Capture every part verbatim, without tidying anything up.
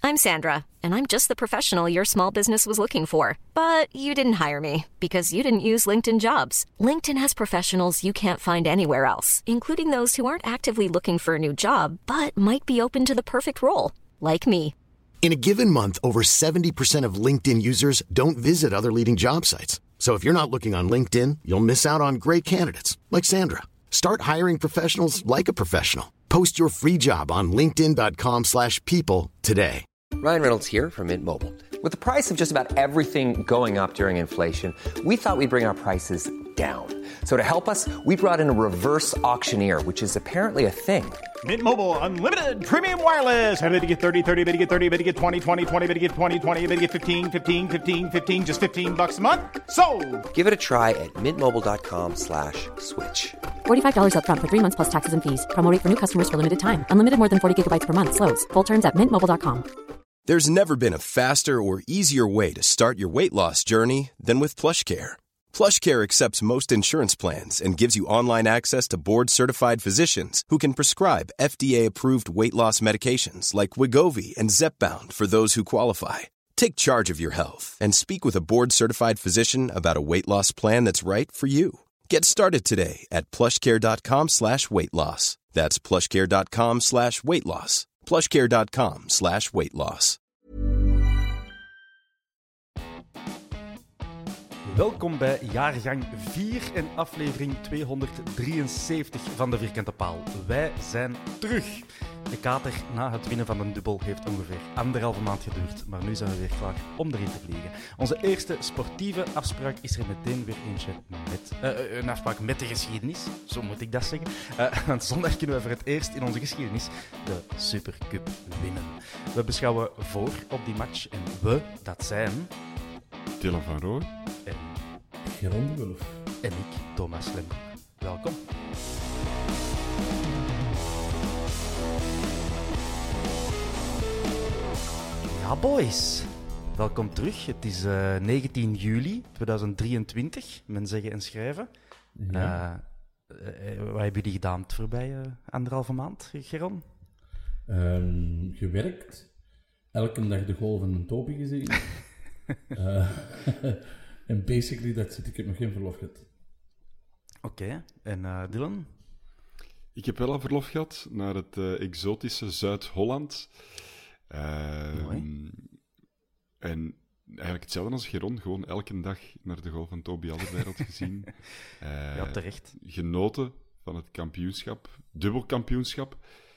I'm Sandra, and I'm just the professional your small business was looking for. But you didn't hire me because you didn't use LinkedIn Jobs. LinkedIn has professionals you can't find anywhere else, including those who aren't actively looking for a new job, but might be open to the perfect role, like me. In a given month, over seventy percent of LinkedIn users don't visit other leading job sites. So if you're not looking on LinkedIn, you'll miss out on great candidates like Sandra. Start hiring professionals like a professional. Post your free job on linkedin.com slash people today. Ryan Reynolds here from Mint Mobile. With the price of just about everything going up during inflation, we thought we'd bring our prices down. So to help us, we brought in a reverse auctioneer, which is apparently a thing. Mint Mobile Unlimited Premium Wireless. How to get thirty, thirty, how to get thirty, how to get twenty, twenty, twenty, how to get twenty, twenty, how to get fifteen, fifteen, fifteen, fifteen, just fifteen bucks a month? Sold! Give it a try at mintmobile.com slash switch. forty-five dollars up front for three months plus taxes and fees. Promo rate for new customers for limited time. Unlimited more than forty gigabytes per month. Slows full terms at mint mobile dot com. There's never been a faster or easier way to start your weight loss journey than with PlushCare. PlushCare accepts most insurance plans and gives you online access to board-certified physicians who can prescribe F D A-approved weight loss medications like Wegovy and Zepbound for those who qualify. Take charge of your health and speak with a board-certified physician about a weight loss plan that's right for you. Get started today at plushcare.com slash weight loss. That's plushcare.com slash weight loss. plushcare.com slash weight loss. Welkom bij jaargang vier en aflevering tweehonderddrieënzeventig van de Vierkante Paal. Wij zijn terug. De kater na het winnen van een dubbel heeft ongeveer anderhalve maand geduurd, maar nu zijn we weer klaar om erin te vliegen. Onze eerste sportieve afspraak is er meteen weer eentje met... Uh, een afspraak met de geschiedenis, zo moet ik dat zeggen. Uh, want zondag kunnen we voor het eerst in onze geschiedenis de Supercup winnen. We beschouwen voor op die match en we, dat zijn... Dylan van Rooij. En... Geron de Wulf. En ik, Thomas Lembroek. Welkom. Ja, boys. Welkom terug. Het is uh, negentien juli tweeduizend drieëntwintig. Men zeggen en schrijven. Ja. Uh, uh, wat hebben jullie gedaan het voorbije uh, anderhalve maand, Geron? Um, gewerkt. Elke dag de goal van een Toby gezien. uh, en basically, dat zit. Ik heb nog geen verlof gehad. Oké. Okay. En uh, Dylan? Ik heb wel een verlof gehad naar het uh, exotische Zuid-Holland. Uh, Mooi. En eigenlijk hetzelfde als Geron, gewoon elke dag naar de goal van Toby Alderweireld gezien. Uh, ja, terecht. Genoten van het kampioenschap, dubbelkampioenschap.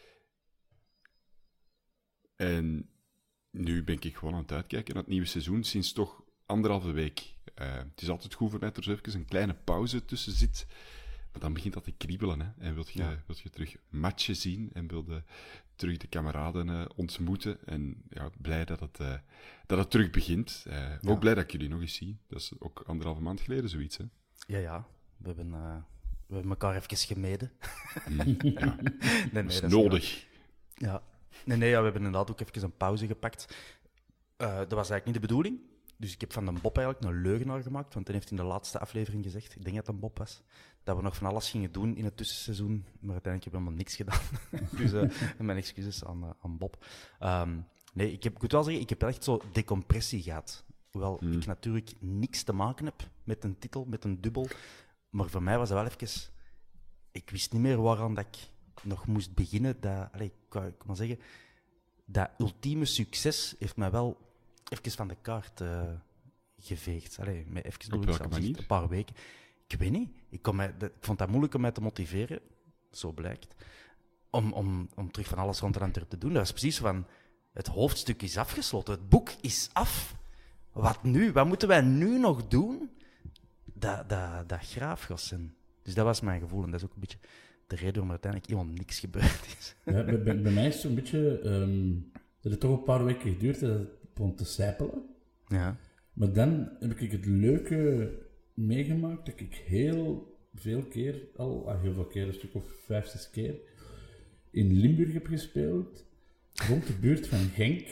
En nu ben ik gewoon aan het uitkijken naar het nieuwe seizoen sinds toch anderhalve week. Uh, het is altijd goed voor mij dat er even een kleine pauze tussen zit. Maar dan begint dat te kriebelen. Hè? En wil je, ja. wil je terug matchen zien en wil je terug de kameraden uh, ontmoeten. En ja, blij dat het, uh, dat het terug begint. Uh, ja. Ook blij dat ik jullie nog eens zie. Dat is ook anderhalve maand geleden zoiets. Hè? Ja, ja. We hebben, uh, we hebben elkaar even gemeden. Mm, ja. nee, nee, dat is dat nodig. Is ja. Nee, nee ja, we hebben inderdaad ook even een pauze gepakt. Uh, dat was eigenlijk niet de bedoeling. Dus ik heb van de Bob eigenlijk een leugenaar gemaakt, want hij heeft in de laatste aflevering gezegd, ik denk dat het een Bob was, dat we nog van alles gingen doen in het tussenseizoen, maar uiteindelijk heb ik helemaal niks gedaan. dus uh, mijn excuses aan, uh, aan Bob. Um, nee, ik, heb, ik moet wel zeggen, ik heb wel echt zo decompressie gehad. Hoewel mm. ik natuurlijk niks te maken heb met een titel, met een dubbel. Maar voor mij was dat wel even... Ik wist niet meer waaraan dat ik nog moest beginnen. Dat, allez, ik kan ik maar zeggen, dat ultieme succes heeft mij wel... even van de kaart uh, geveegd. Allee, met even Op welke manier? Een paar weken. Ik weet niet. Ik, kon mij, dat, ik vond dat moeilijk om mij te motiveren, zo blijkt, om, om, om terug van alles rond en ander te doen. Dat was precies van, het hoofdstuk is afgesloten, het boek is af. Wat nu? Wat moeten wij nu nog doen? Dat, dat, dat graaf gaat zijn. Dus dat was mijn gevoel. En dat is ook een beetje de reden waarom er uiteindelijk helemaal niks gebeurd is. Ja, bij, bij, bij mij is het zo'n beetje... Um, dat het toch een paar weken geduurd dat het begon te sijpelen. Ja. Maar dan heb ik het leuke meegemaakt dat ik heel veel keer, al ah, heel veel keer, een stuk of vijf, zes keer, in Limburg heb gespeeld, rond de buurt van Genk,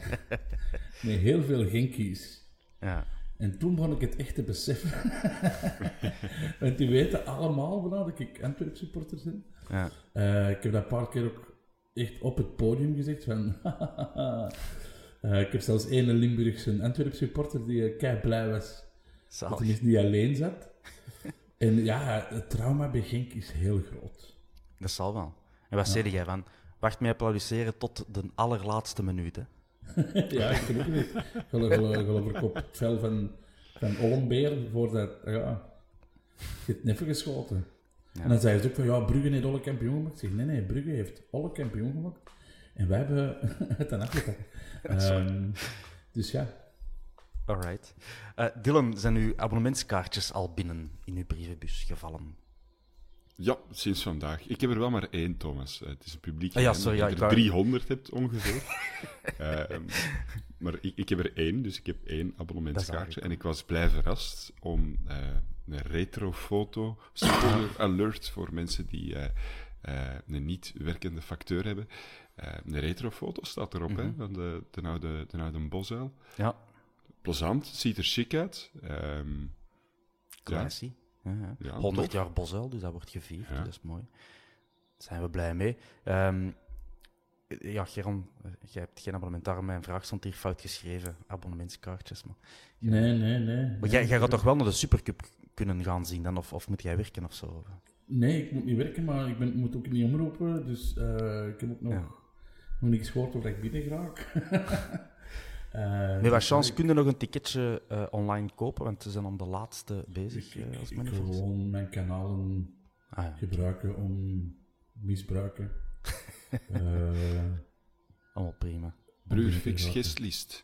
met heel veel Genkies. Ja. En toen begon ik het echt te beseffen. Want die weten allemaal dat ik Antwerp supporter ben. Ja. Uh, ik heb dat een paar keer ook echt op het podium gezegd van... uh, Uh, ik heb zelfs één Limburgse Antwerpse supporter die uh, kei blij was Zalig. dat hij niet alleen zat. En ja, het trauma bij Genk is heel groot. Dat zal wel. En wat ja. zei jij van? Wacht met applaudisseren tot de allerlaatste minuut, hè? Ja, ik kan ook niet. Geloof ik op het vel van, van Ollenbeer voordat... Ja, je hebt neffen geschoten. Ja. En dan zei ze ook van, ja, Brugge heeft alle kampioen gemaakt. Ik zeg, nee, nee, Brugge heeft alle kampioen gemaakt. En wij hebben het dan afgepakt. um, dus ja. Alright. Uh, Dylan, zijn uw abonnementskaartjes al binnen in uw brievenbus gevallen? Ja, sinds vandaag. Ik heb er wel maar één, Thomas. Uh, het is een publiek ah, ja, sorry, ja, dat je er driehonderd hebt ongeveer. uh, maar ik, ik heb er één, dus ik heb één abonnementskaartje. En ik was blij verrast om uh, een retrofoto, spoiler alert voor mensen die uh, uh, een niet werkende facteur hebben. Uh, een retrofoto staat erop, mm-hmm. hè, van de, de, oude, de oude bosuil. Ja. Plezant, ziet er chic uit. Um, Classy. Ja. Ja, ja. Ja, honderd top. jaar bosuil, dus dat wordt gevierd. Ja. Dat is mooi. Daar zijn we blij mee. Um, ja, Geron, jij hebt geen abonnement. Daarom mijn vraag stond hier fout geschreven. Abonnementskaartjes. Maar, nee, nee, nee. Maar nee, jij, jij gaat nee. toch wel naar de Supercup kunnen gaan zien dan? Of, of moet jij werken of zo? Nee, ik moet niet werken, maar ik ben, moet ook niet omroepen. Dus uh, ik heb ook nog, Ja. nog niks gehoord of ik binnen raak. uh, Met wat chance kun je nog een ticketje uh, online kopen, want ze zijn om de laatste bezig. Ik, Uh, als ik men wil gewoon mijn kanalen ah, ja. gebruiken om misbruiken. uh, Allemaal prima. Bruurfix Gestlist.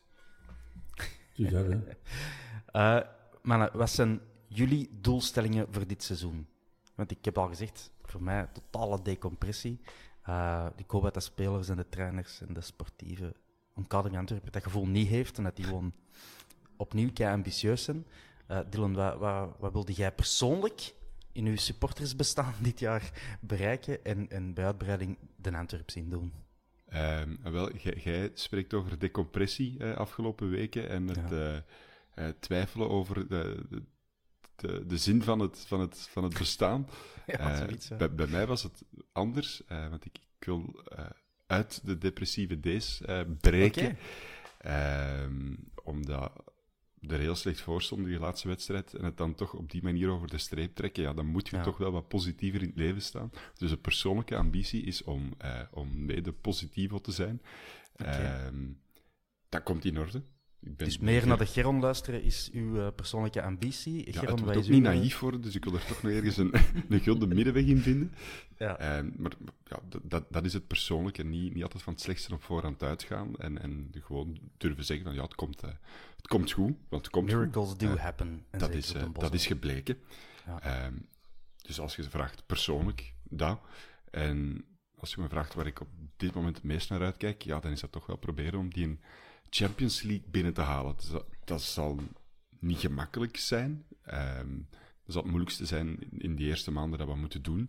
Dus dat, hè. Uh, mannen, wat zijn jullie doelstellingen voor dit seizoen? Want ik heb al gezegd, voor mij totale decompressie. Uh, ik hoop dat de spelers en de trainers en de sportieve omkadering Antwerpen dat gevoel niet heeft en dat die gewoon opnieuw kei ambitieus zijn. Uh, Dylan, wat, wat, wat wilde jij persoonlijk in uw supportersbestaan dit jaar bereiken en, en bij uitbreiding de Antwerps in doen? Um, wel, jij spreekt over decompressie uh, afgelopen weken en het ja. uh, uh, twijfelen over de, de, de, de zin van het, van het, van het bestaan. Ja, uh, zoiets, ja. bij, bij mij was het anders, uh, want ik, ik wil uh, uit de depressieve D's uh, breken. Okay. Um, omdat er heel slecht voor stond in die laatste wedstrijd en het dan toch op die manier over de streep trekken, ja, dan moet je ja. toch wel wat positiever in het leven staan. Dus een persoonlijke ambitie is om, uh, om mede positivo te zijn. Okay. Um, dat komt in orde. Ik ben dus meer ver... naar de Geron luisteren is uw uh, persoonlijke ambitie. Ja, Geron, het moet ook uw... niet naïef worden, dus ik wil er toch nog ergens een, een gulden middenweg in vinden. Ja. Um, maar ja, dat, dat is het persoonlijke. Niet, niet altijd van het slechtste op voorhand uitgaan. En, en gewoon durven zeggen van ja, het komt, uh, het komt goed. Want het komt Miracles goed. do uh, happen. En dat, is, uh, dat is gebleken. Ja. Um, dus als je vraagt persoonlijk, dat. En als je me vraagt waar ik op dit moment het meest naar uitkijk, ja, dan is dat toch wel proberen om die een Champions League binnen te halen. Dus dat, dat zal niet gemakkelijk zijn. Um, dat zal het moeilijkste zijn in, in die eerste maanden dat we moeten doen.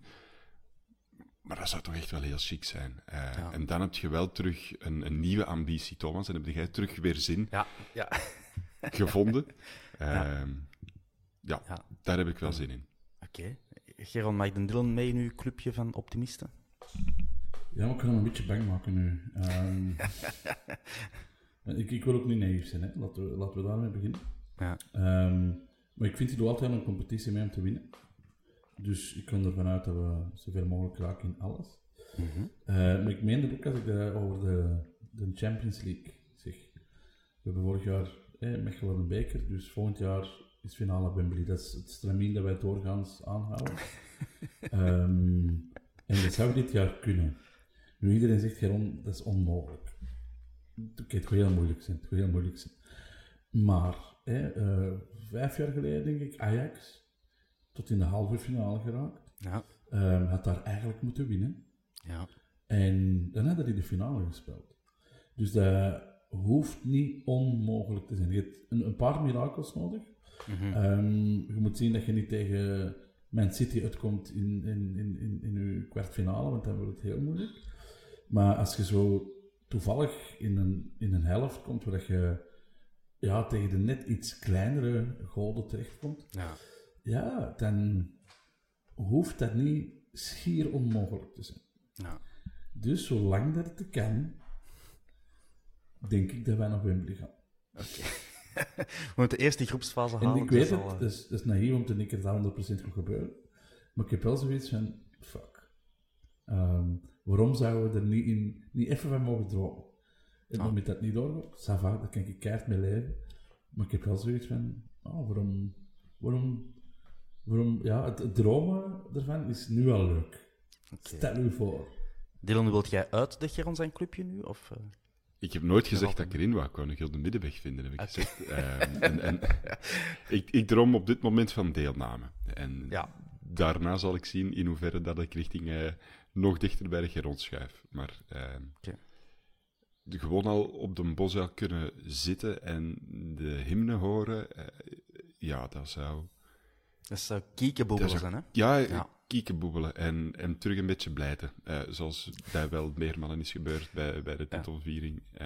Maar dat zou toch echt wel heel chic zijn. Uh, ja. En dan heb je wel terug een, een nieuwe ambitie, Thomas. En heb jij terug weer zin ja, ja. gevonden. Ja. Um, ja, ja, daar heb ik wel zin in. Oké. Okay. Geron, mag je Dylan mee in uw clubje van optimisten? Ja, maar ik ga hem een beetje bang maken nu. Um, ik, ik wil ook niet naïef zijn, hè. Laten, we, laten we daarmee beginnen. Ja. Um, maar ik vind het altijd een competitie mee om te winnen. Dus ik ga ervan uit dat we zoveel mogelijk raken in alles. Mm-hmm. Uh, maar ik meende ook als ik de, over de, de Champions League zeg. We hebben vorig jaar eh, Mechelen een beker, dus volgend jaar is finale Wembley. Dat is het stramien dat wij doorgaans aanhouden. um, en dat zou dit jaar kunnen. Nu iedereen zegt, Geron, dat is onmogelijk. Okay, het gaat heel moeilijk zijn. Het gaat heel moeilijk zijn. Maar, eh, uh, vijf jaar geleden denk ik, Ajax tot in de halve finale geraakt. Ja. Um, had daar eigenlijk moeten winnen. Ja. En dan hadden die de finale gespeeld. Dus dat hoeft niet onmogelijk te zijn. Je hebt een, een paar mirakels nodig. Mm-hmm. Um, je moet zien dat je niet tegen Man City uitkomt in, in, in, in, in je kwartfinale, want dan wordt het heel moeilijk. Maar als je zo toevallig in een, in een helft komt, waar je ja, tegen de net iets kleinere goden terechtkomt, ja. ja, dan hoeft dat niet schier onmogelijk te zijn. Ja. Dus zolang dat het kan, denk ik dat wij naar Wembley gaan. Oké. Okay. We moeten eerst die groepsfase halen. En ik weet dus het, al, uh... het is, het is naïef om te denken dat dat honderd procent gaat gebeuren. Maar ik heb wel zoiets van, fuck. Um, waarom zouden we er niet, in, niet even van mogen dromen? En oh. omdat dat niet doorgaat, ça va, daar kan ik keihard mee leven. Maar ik heb wel zoiets van, oh, waarom, waarom, waarom, ja, het, het dromen ervan is nu al leuk. Okay. Stel u voor. Dylan, wilt jij uit de Geron zijn clubje nu? Of, uh... Ik heb nooit gezegd dat ik erin wou. Ik wou een gulden middenweg vinden, heb ik okay. gezegd. Uh, en, en, ik, ik droom op dit moment van deelname. En ja. daarna zal ik zien in hoeverre dat ik richting uh, nog dichter bij de Geron schuif. Maar uh, okay. de, gewoon al op de bosuil kunnen zitten en de hymne horen, uh, ja, dat zou... Dat zou kiekenboebelen zijn, hè? Ja, ja. kiekenboebelen en, en terug een beetje blijten. Uh, zoals bij wel meermalen is gebeurd bij, bij de titelviering. Uh,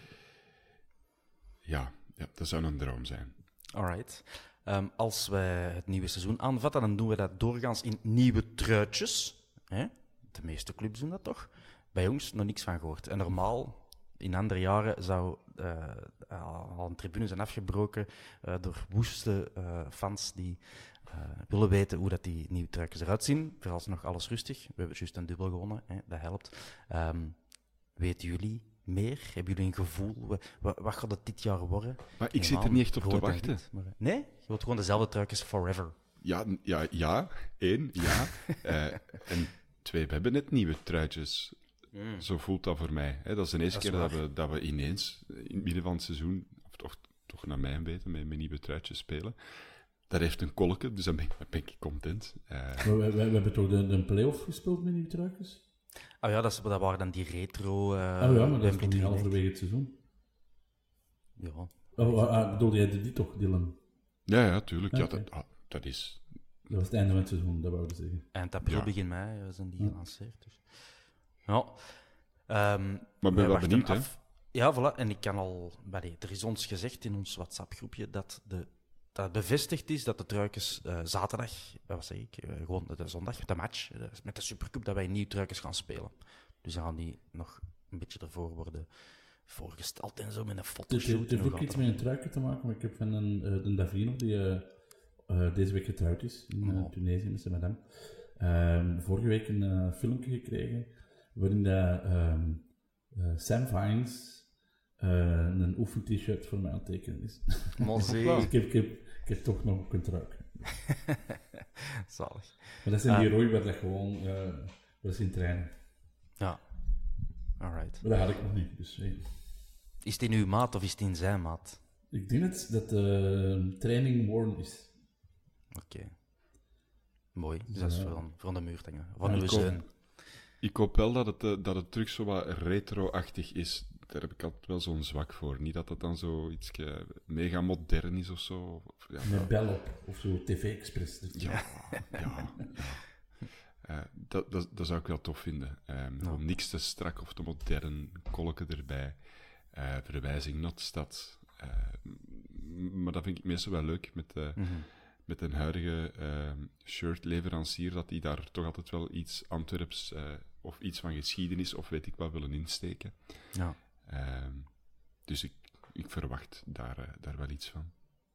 ja, ja, dat zou een droom zijn. Alright. Um, als wij het nieuwe seizoen aanvatten, dan doen we dat doorgaans in nieuwe truitjes. Hè? De meeste clubs doen dat toch? Bij ons nog niks van gehoord. En normaal, in andere jaren, zou uh, al een tribune zijn afgebroken uh, door woeste uh, fans die uh, willen weten hoe dat die nieuwe truitjes eruit zien. Vooralsnog alles rustig. We hebben juist een dubbel gewonnen, hè? Dat helpt. Um, weten jullie meer? Hebben jullie een gevoel? Wat, wat gaat het dit jaar worden? Maar ik zit er niet echt op te wachten. Niet, maar, nee? Je wilt gewoon dezelfde truitjes forever. Ja, ja, ja. Eén, ja. uh, en twee, we hebben net nieuwe truitjes. Mm. Zo voelt dat voor mij. Hè. Dat is de eerste keer dat we, dat we ineens in het midden van het seizoen, of toch, toch naar mijn weten, met, met nieuwe truitjes spelen. Dat heeft een kolke, dus dan ben ik, dan ben ik content. Uh... We, we, we hebben toch de, de play-off gespeeld met nieuwe truitjes? Ah ja, dat, is, dat waren dan die retro... Uh, ah ja, maar dat is toch niet halverwege het seizoen? Ja. Oh, ah, bedoelde jij die toch, Dylan? Ja, ja, tuurlijk. Ah, ja, okay. dat, ah, dat is... Dat was het einde van het seizoen, dat wou ik zeggen. Eind april, ja. begin mei zijn die gelanceerd. Dus. Ja. Um, maar ben je wel benieuwd, hè? Ja, voilà. En ik kan al... Allee, er is ons gezegd in ons WhatsApp-groepje dat, de, dat het bevestigd is dat de truikens uh, zaterdag, wat zeg ik, uh, gewoon de zondag, de match, uh, met de Supercup, dat wij nieuw truikens gaan spelen. Dus dan gaan die nog een beetje ervoor worden voorgesteld en zo, met een fotoshoot. Het heeft ook iets met een truiken te maken, maar ik heb van een, uh, de Davino, die uh, uh, deze week getrouwd is, in uh, oh. Tunesië met zijn madame, uh, vorige week een uh, filmpje gekregen, waarin de, uh, uh, Sam Vines uh, een oefen-t-shirt voor mij aan het tekenen is. dus ik, heb, ik, heb, ik heb toch nog een truik. Zalig. Maar dat zijn die uh, rooi waar dat gewoon, uh, dat is in trainen. Ja. Alright. Maar dat had ik nog niet, dus... Hey. Is het in uw maat of is het in zijn maat? Ik denk het, dat de uh, training worn is. Oké. Okay. Mooi. Dus dat is voor, een, voor de muur hangen. Van ja, uw zoon. Ik hoop wel dat het, uh, dat het terug zo wat retro-achtig is. Daar heb ik altijd wel zo'n zwak voor. Niet dat het dan zo iets uh, mega modern is of zo. Of, ja, met bel op, of zo, T V-express. Ja, ja, ja. Uh, dat, dat, dat zou ik wel tof vinden. Um, ja. Om niks te strak of te modern, kolken erbij. Uh, verwijzing naar de stad. Uh, maar dat vind ik meestal wel leuk met, uh, mm-hmm. met een huidige uh, shirtleverancier, dat die daar toch altijd wel iets Antwerps uh, of iets van geschiedenis of weet ik wat willen insteken. Ja. Uh, dus ik, ik verwacht daar, uh, daar wel iets van.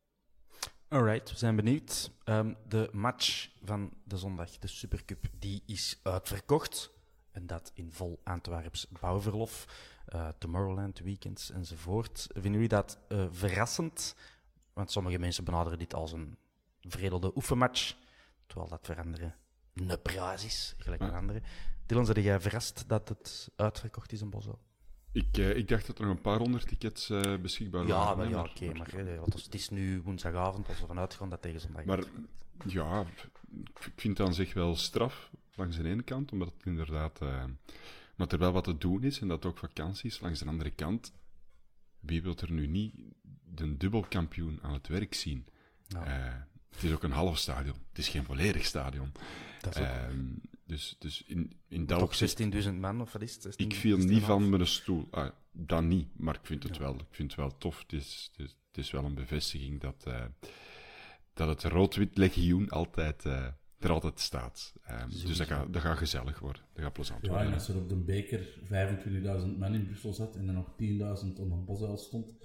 Alright, we zijn benieuwd. Um, de match van de zondag, de Supercup, die is uitverkocht. En dat in vol Antwerps bouwverlof. Uh, Tomorrowland, weekends enzovoort. Vinden jullie dat uh, verrassend? Want sommige mensen benaderen dit als een veredelde oefenmatch. Terwijl dat voor anderen een prijs is, gelijk een andere. Dylan, zei jij verrast dat het uitverkocht is in Bosuil? Ik, uh, ik dacht dat er nog een paar honderd tickets uh, beschikbaar ja, waren. Maar, ja, maar, oké, okay, maar, maar het, is, het is nu woensdagavond, als we vanuit gaan dat tegen zondag. Maar ja, ik vind het aan zich wel straf, langs de ene kant, omdat het inderdaad... Uh, omdat er wel wat te doen is en dat het ook vakantie is. Langs de andere kant, wie wil er nu niet de dubbelkampioen aan het werk zien? Ja. Uh, het is ook een half stadion. Het is geen volledig stadion. Dat is ook uh, dus, dus in, in dat toch zestienduizend man, of wat is het? zestien, ik viel niet van mijn stoel. Ah, dat niet, maar ik vind het, ja. wel, ik vind het wel tof. Het is, het is, het is wel een bevestiging dat, uh, dat het rood-wit legioen altijd uh, er altijd staat. Um, dus dat gaat, dat gaat gezellig worden. Dat gaat plezant Ja, worden. en als er op de beker vijfentwintigduizend man in Brussel zat en er nog tienduizend om een bosuil stond,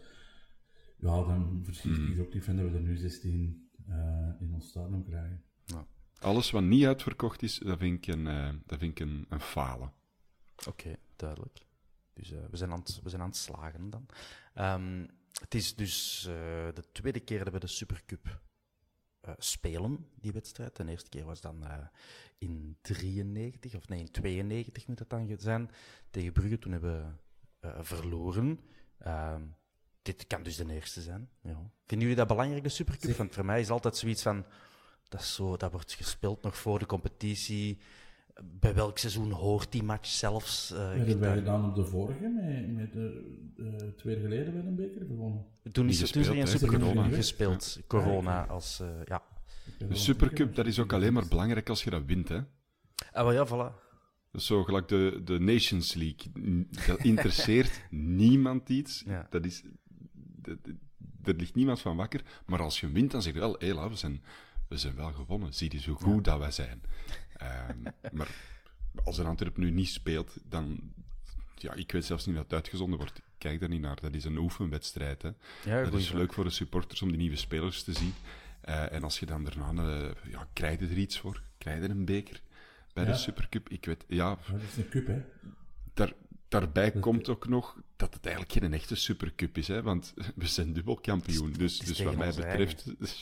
ja, dan verschiet Mm. ik ook niet van dat we er nu zestien uh, in ons stadion krijgen. Ja. Alles wat niet uitverkocht is, dat vind ik een, uh, dat vind ik een, een falen. Oké, okay, duidelijk. Dus uh, we, zijn aan het, we zijn aan het slagen dan. Um, het is dus uh, de tweede keer dat we de Supercup uh, spelen, die wedstrijd. De eerste keer was dan uh, in drieënnegentig, of nee, in tweeënnegentig moet het dan zijn, tegen Brugge. Toen hebben we uh, verloren. Uh, dit kan dus de eerste zijn. Ja. Vinden jullie dat belangrijk, de Supercup? Want voor mij is altijd zoiets van, dat, is zo, dat wordt gespeeld nog voor de competitie. Bij welk seizoen hoort die match zelfs? Uh, dat hebben wij gedaan op de vorige, met, met de, uh, twee jaar geleden bij een beker gewonnen. Toen is, toen is er geen Supercup corona. gespeeld. Ja. Corona als, uh, ja. De Supercup, dat is ook alleen maar belangrijk als je dat wint, hè? Ah, wel ja, voilà. Dat is zo gelijk de, de Nations League. Dat interesseert niemand iets. Ja. Dat is, dat, er ligt niemand van wakker. Maar als je wint, dan zeg je wel, hé, hey, we zijn... We zijn wel gewonnen. Zie je zo goed ja. dat wij zijn. Um, maar als een Antwerpen nu niet speelt, dan... Ja, ik weet zelfs niet dat het uitgezonden wordt. Ik kijk daar niet naar. Dat is een oefenwedstrijd. Hè. Ja, dat is vraag. leuk voor de supporters om die nieuwe spelers te zien. Uh, en als je dan daarna... Uh, ja, krijg je er iets voor? Krijg je een beker bij ja. de Supercup? Ik weet... Ja, ja, dat is een cup, hè. Daar, daarbij dat komt ook nog dat het eigenlijk geen echte Supercup is. Hè, want we zijn dubbelkampioen. Dus, dus wat mij betreft...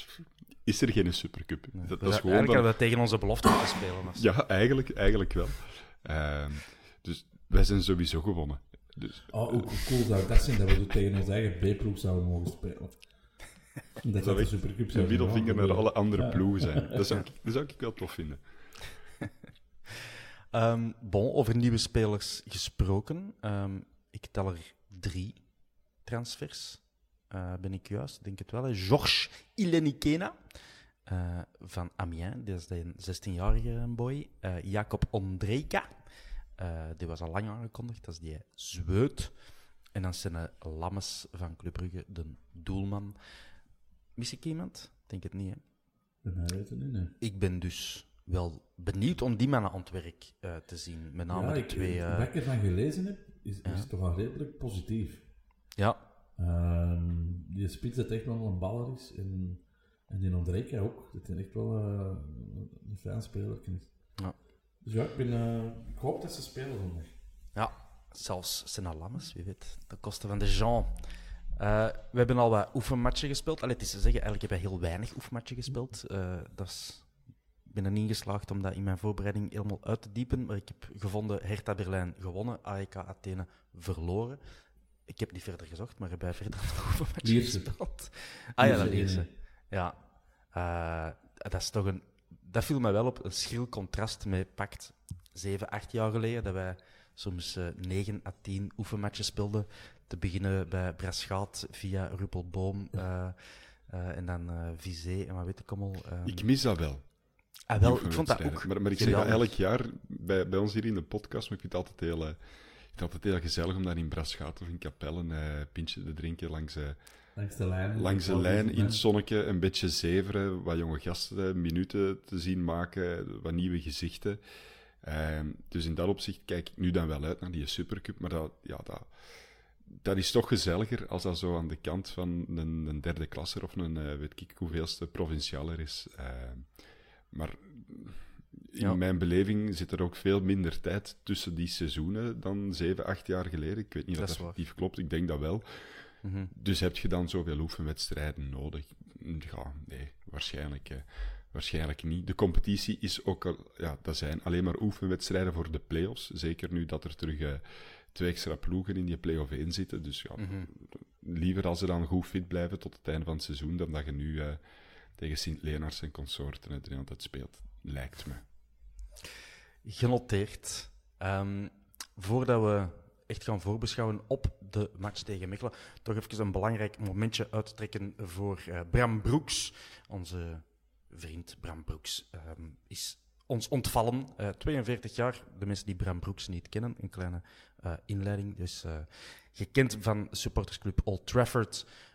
Is er geen Supercup? Nee. Dat, dat is is gewoon eigenlijk dan... dat we tegen onze belofte moeten spelen. Maar... Ja, eigenlijk, eigenlijk wel. Uh, dus wij zijn sowieso gewonnen. Dus, oh, hoe cool zou dat zijn dat we tegen ons eigen B-ploeg zouden mogen spelen? Dat zou de Supercup zijn. Een middelvinger naar alle andere ja. ploegen zijn. Dat zou, ik, dat zou ik wel tof vinden. um, bon, over nieuwe spelers gesproken. Um, ik tel er drie transfers. Uh, ben ik juist? Ik denk het wel. Hè. Georges Ilenikena uh, van Amiens, dat is de zestienjarige boy. Uh, Jacob Ondrejka, uh, die was al lang aangekondigd, dat is die Zweut. En dan zijn er Lammes van Club Brugge, de doelman. Mis ik iemand? Ik denk het niet, hè? Dat weet ik niet, nee. Ik ben dus wel benieuwd om die mannen aan het werk uh, te zien. Met name ja, de ik, twee... Uh... Wat ik ervan gelezen heb, is, ja. is toch wel redelijk positief. Ja. Um, die spits dat echt wel een baller is. En, en die Ondrejka ook. Dat is echt wel uh, een fijn speler. Ja. Dus ja, ik, ben, uh, ik hoop dat ze spelen zondag. Ja, zelfs Senna Lammes, wie weet. De kosten van de Jean. Uh, we hebben al wat oefenmatchen gespeeld. Allee, het is te zeggen, eigenlijk heb ik heel weinig oefenmatchen gespeeld. Uh, dat is... Ik ben er niet geslaagd om dat in mijn voorbereiding helemaal uit te diepen. Maar ik heb gevonden Hertha Berlijn gewonnen, A E K Athene verloren. Ik heb niet verder gezocht, maar heb bij verder nog een match gespeeld. Ah ja, dat Lierse. Ja. Uh, dat is toch een... Dat viel mij wel op, een schril contrast met Pact zeven, acht jaar geleden, dat wij soms uh, negen à tien oefenmatches speelden. Te beginnen bij Braschaat via Ruppelboom uh, uh, en dan uh, Vizé en wat weet ik allemaal. Um... Ik mis dat wel. Ah, wel, ik vond dat ook. Maar, maar ik zeg dat elk jaar bij, bij ons hier in de podcast, maar ik vind het altijd heel... Uh, Ik vind het altijd heel gezellig om daar in Braschaat of in Capelle een uh, pintje te drinken langs, uh, langs de lijn, langs de lijn in het zonnetje, een beetje zeveren, wat jonge gasten minuten te zien maken, wat nieuwe gezichten. Uh, dus in dat opzicht kijk ik nu dan wel uit naar die Supercup, maar dat, ja, dat, dat is toch gezelliger als dat zo aan de kant van een, een derde klasser of een uh, weet ik hoeveelste provincialer is. Uh, maar... In ja. mijn beleving zit er ook veel minder tijd tussen die seizoenen dan zeven, acht jaar geleden. Ik weet niet dat of dat effectief klopt, ik denk dat wel. Mm-hmm. Dus heb je dan zoveel oefenwedstrijden nodig? Ja, nee, waarschijnlijk, eh, waarschijnlijk niet. De competitie is ook al, ja, dat zijn alleen maar oefenwedstrijden voor de play-offs. Zeker nu dat er terug uh, twee extra ploegen in die play-off één zitten. Dus ja, mm-hmm. liever als ze dan goed fit blijven tot het einde van het seizoen, dan dat je nu uh, tegen Sint-Leonards en consorten erin altijd speelt, lijkt me. Genoteerd. Um, voordat we echt gaan voorbeschouwen op de match tegen Mechelen, toch even een belangrijk momentje uittrekken voor uh, Bram Broeks. Onze vriend Bram Broeks um, is ons ontvallen. Uh, tweeënveertig jaar, de mensen die Bram Broeks niet kennen, een kleine uh, inleiding. Dus uh, gekend van supportersclub Old Trafford,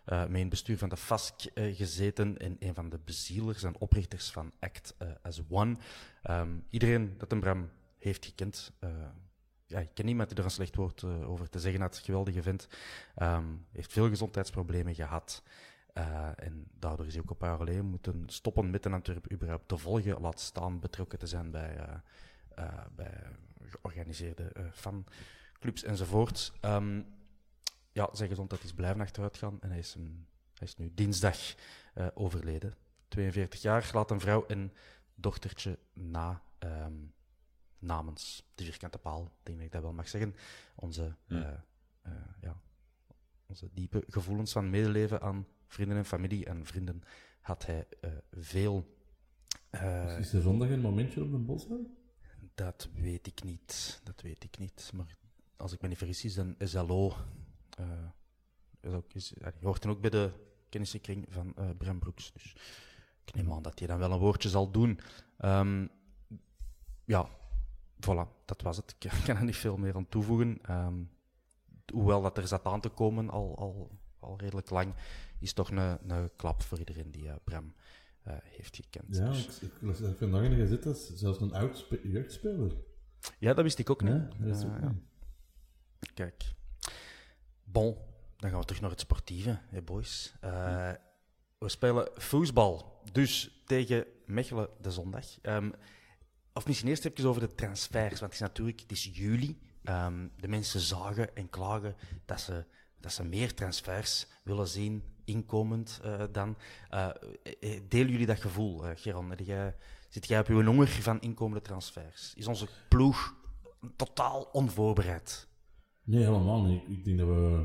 uh, mee in het bestuur van de F A S C uh, gezeten en een van de bezielers en oprichters van Act uh, as One. Um, iedereen dat een Bram heeft gekend. Uh, ja, ik ken niemand die er een slecht woord uh, over te zeggen had. Geweldige vent. Um, heeft veel gezondheidsproblemen gehad. Uh, en daardoor is hij ook een paar jaar geleden moeten stoppen met een Antwerp überhaupt te volgen. Laat staan betrokken te zijn bij, uh, uh, bij georganiseerde uh, fanclubs enzovoort. Um, ja, zijn gezondheid is blijven achteruit gaan en hij is, een, hij is nu dinsdag uh, overleden. tweeënveertig jaar, laat een vrouw en dochtertje na, um, namens de vierkante paal, denk ik dat ik dat wel mag zeggen. Onze, uh, uh, ja, onze diepe gevoelens van medeleven aan vrienden en familie en vrienden had hij uh, veel. Uh, is er zondag een momentje op de Bosweg? Dat weet ik niet. Dat weet ik niet. Maar als ik me niet vergis, is een S L O. Uh, is ook, is, uh, die hoort dan ook bij de kennissenkring van uh, Bram Broeks. Dus ik neem aan dat hij dan wel een woordje zal doen. Um, ja, voilà, dat was het. Ik kan er niet veel meer aan toevoegen. Um, hoewel dat er zat aan te komen, al, al, al redelijk lang, is toch een, een klap voor iedereen die uh, Bram uh, heeft gekend. Ja, dus. ik, ik las dat vandaag in de gezet als zelfs een oud spe- jeugdspeler. Ja, dat wist ik ook niet. Ja, dat is ook uh, niet. Ja. Kijk. Bon, dan gaan we terug naar het sportieve, hè boys. Uh, we spelen voetbal, dus tegen Mechelen de zondag. Um, of misschien eerst even over de transfers, want het is natuurlijk, het is juli. Um, de mensen zagen en klagen dat ze, dat ze meer transfers willen zien, inkomend uh, dan. Uh, delen jullie dat gevoel, uh, Geron? Jij, zit jij op uw honger van inkomende transfers? Is onze ploeg totaal onvoorbereid? Nee, helemaal niet. Ik denk dat we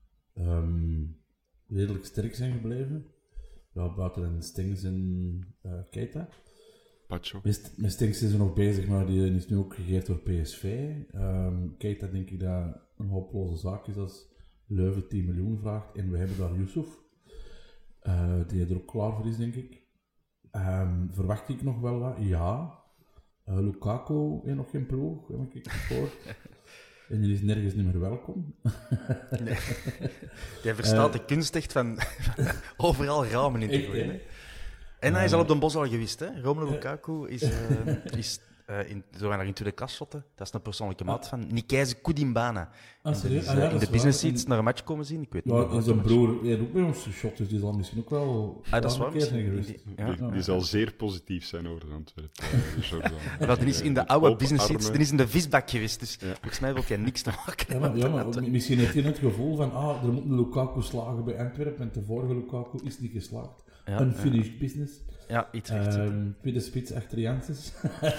um, redelijk sterk zijn gebleven. Ja, buiten een Stengs en uh, Keita. Pacho. Met, met Stengs is er nog bezig, maar die is nu ook gegeerd door P S V. Um, Keita denk ik dat een hopeloze zaak is als Leuven tien miljoen vraagt. En we hebben daar Yusuf, uh, die er ook klaar voor is, denk ik. Um, verwacht ik nog wel wat? Ja. Uh, Lukaku heeft nog geen ploeg, heb ik gehoord. En die is nergens niet meer welkom. Nee. Jij verstaat uh, de kunst echt van, van overal ramen in te gooien. En hij is al op de bos al geweest, hè? Romelu Lukaku is, uh, is uh, in, zo naar in de kast shotten. Dat is een persoonlijke maat van Nikaize Koudimbana. Ah, en is, ah, uh, ja, in de business seats naar een match komen zien. Ik weet ja, niet. En zijn broer heeft ook bij ons geshot, dus die zal misschien ook wel ah, dat is waar, keer geweest. Die, ja. die, die zal zeer positief zijn over de Antwerpen. Uh, die is in de oude business seats, die is in de visbak geweest, dus ja. Volgens mij wil jij niks te maken. Ja, maar, ja, maar misschien heeft hij het gevoel van, ah, er moet een Lukaku slagen bij Antwerpen, en de vorige Lukaku is niet geslaagd. Ja, Unfinished ja. business. Ja, iets recht. Um, tweede spits achter Janssens.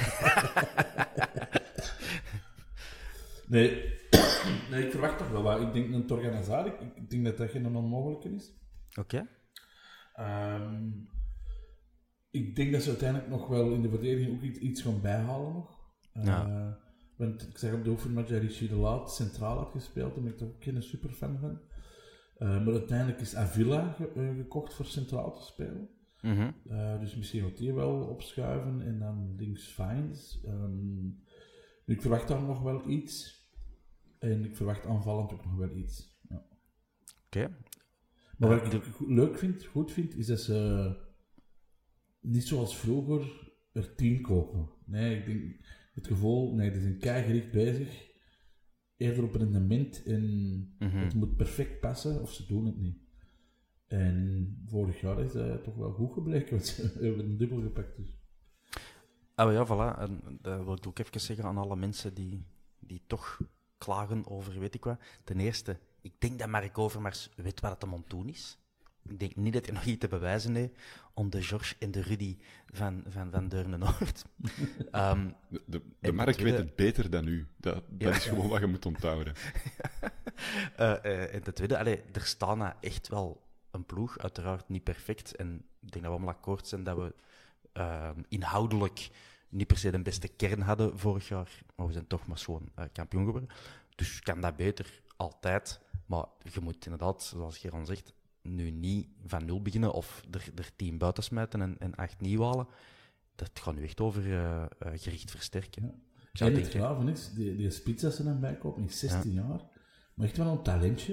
nee. nee, ik verwacht toch wel wat. Ik denk een Torganazar, ik, ik denk dat dat geen onmogelijke is. Oké. Okay. Um, ik denk dat ze uiteindelijk nog wel in de verdediging ook iets, iets gaan bijhalen nog. Uh, ja. Want ik zeg op de oefenmatch dat Richie de Laat centraal had gespeeld, daar ben ik toch ook geen superfan van. Uh, maar uiteindelijk is Avila ge- uh, gekocht voor centraal te spelen. Mm-hmm. Uh, dus misschien moet die wel opschuiven en dan links Fines. Um, ik verwacht daar nog wel iets. En ik verwacht aanvallend ook nog wel iets. Ja. Oké. Okay. Maar wat uh, ik de... leuk vind, goed vind, is dat ze niet zoals vroeger er tien kopen. Nee, ik denk het gevoel, nee, die zijn keigericht bezig. Eerder op rendement en mm-hmm. het moet perfect passen, of ze doen het niet. En vorig jaar is dat toch wel goed gebleken, want ze hebben een dubbel gepakt. Dus. Ah, ja, voilà. En dat wil ik ook even zeggen aan alle mensen die, die toch klagen over weet ik wat. Ten eerste, ik denk dat Mark Overmars weet wat het hem aan het doen is. Ik denk niet dat hij nog iets te bewijzen heeft om de George en de Rudy van, van, van Deurne-Noord. um, de de, de Mark tweede... weet het beter dan u. Dat, dat ja. is gewoon wat je moet onthouden. uh, uh, en ten tweede, allee, er staan nou echt wel een ploeg, uiteraard niet perfect. En ik denk dat we allemaal akkoord zijn dat we uh, inhoudelijk niet per se de beste kern hadden vorig jaar. Maar we zijn toch maar gewoon uh, kampioen geworden. Dus kan dat beter, altijd. Maar je moet inderdaad, zoals Geron zegt, nu niet van nul beginnen of er, er tien buiten smijten en, en acht nieuw halen. Dat gaat nu echt over uh, uh, gericht versterken. Ja. En het graven is, die, die spits dat ze dan bijkopen, is zestien ja. jaar. Maar echt wel een talentje.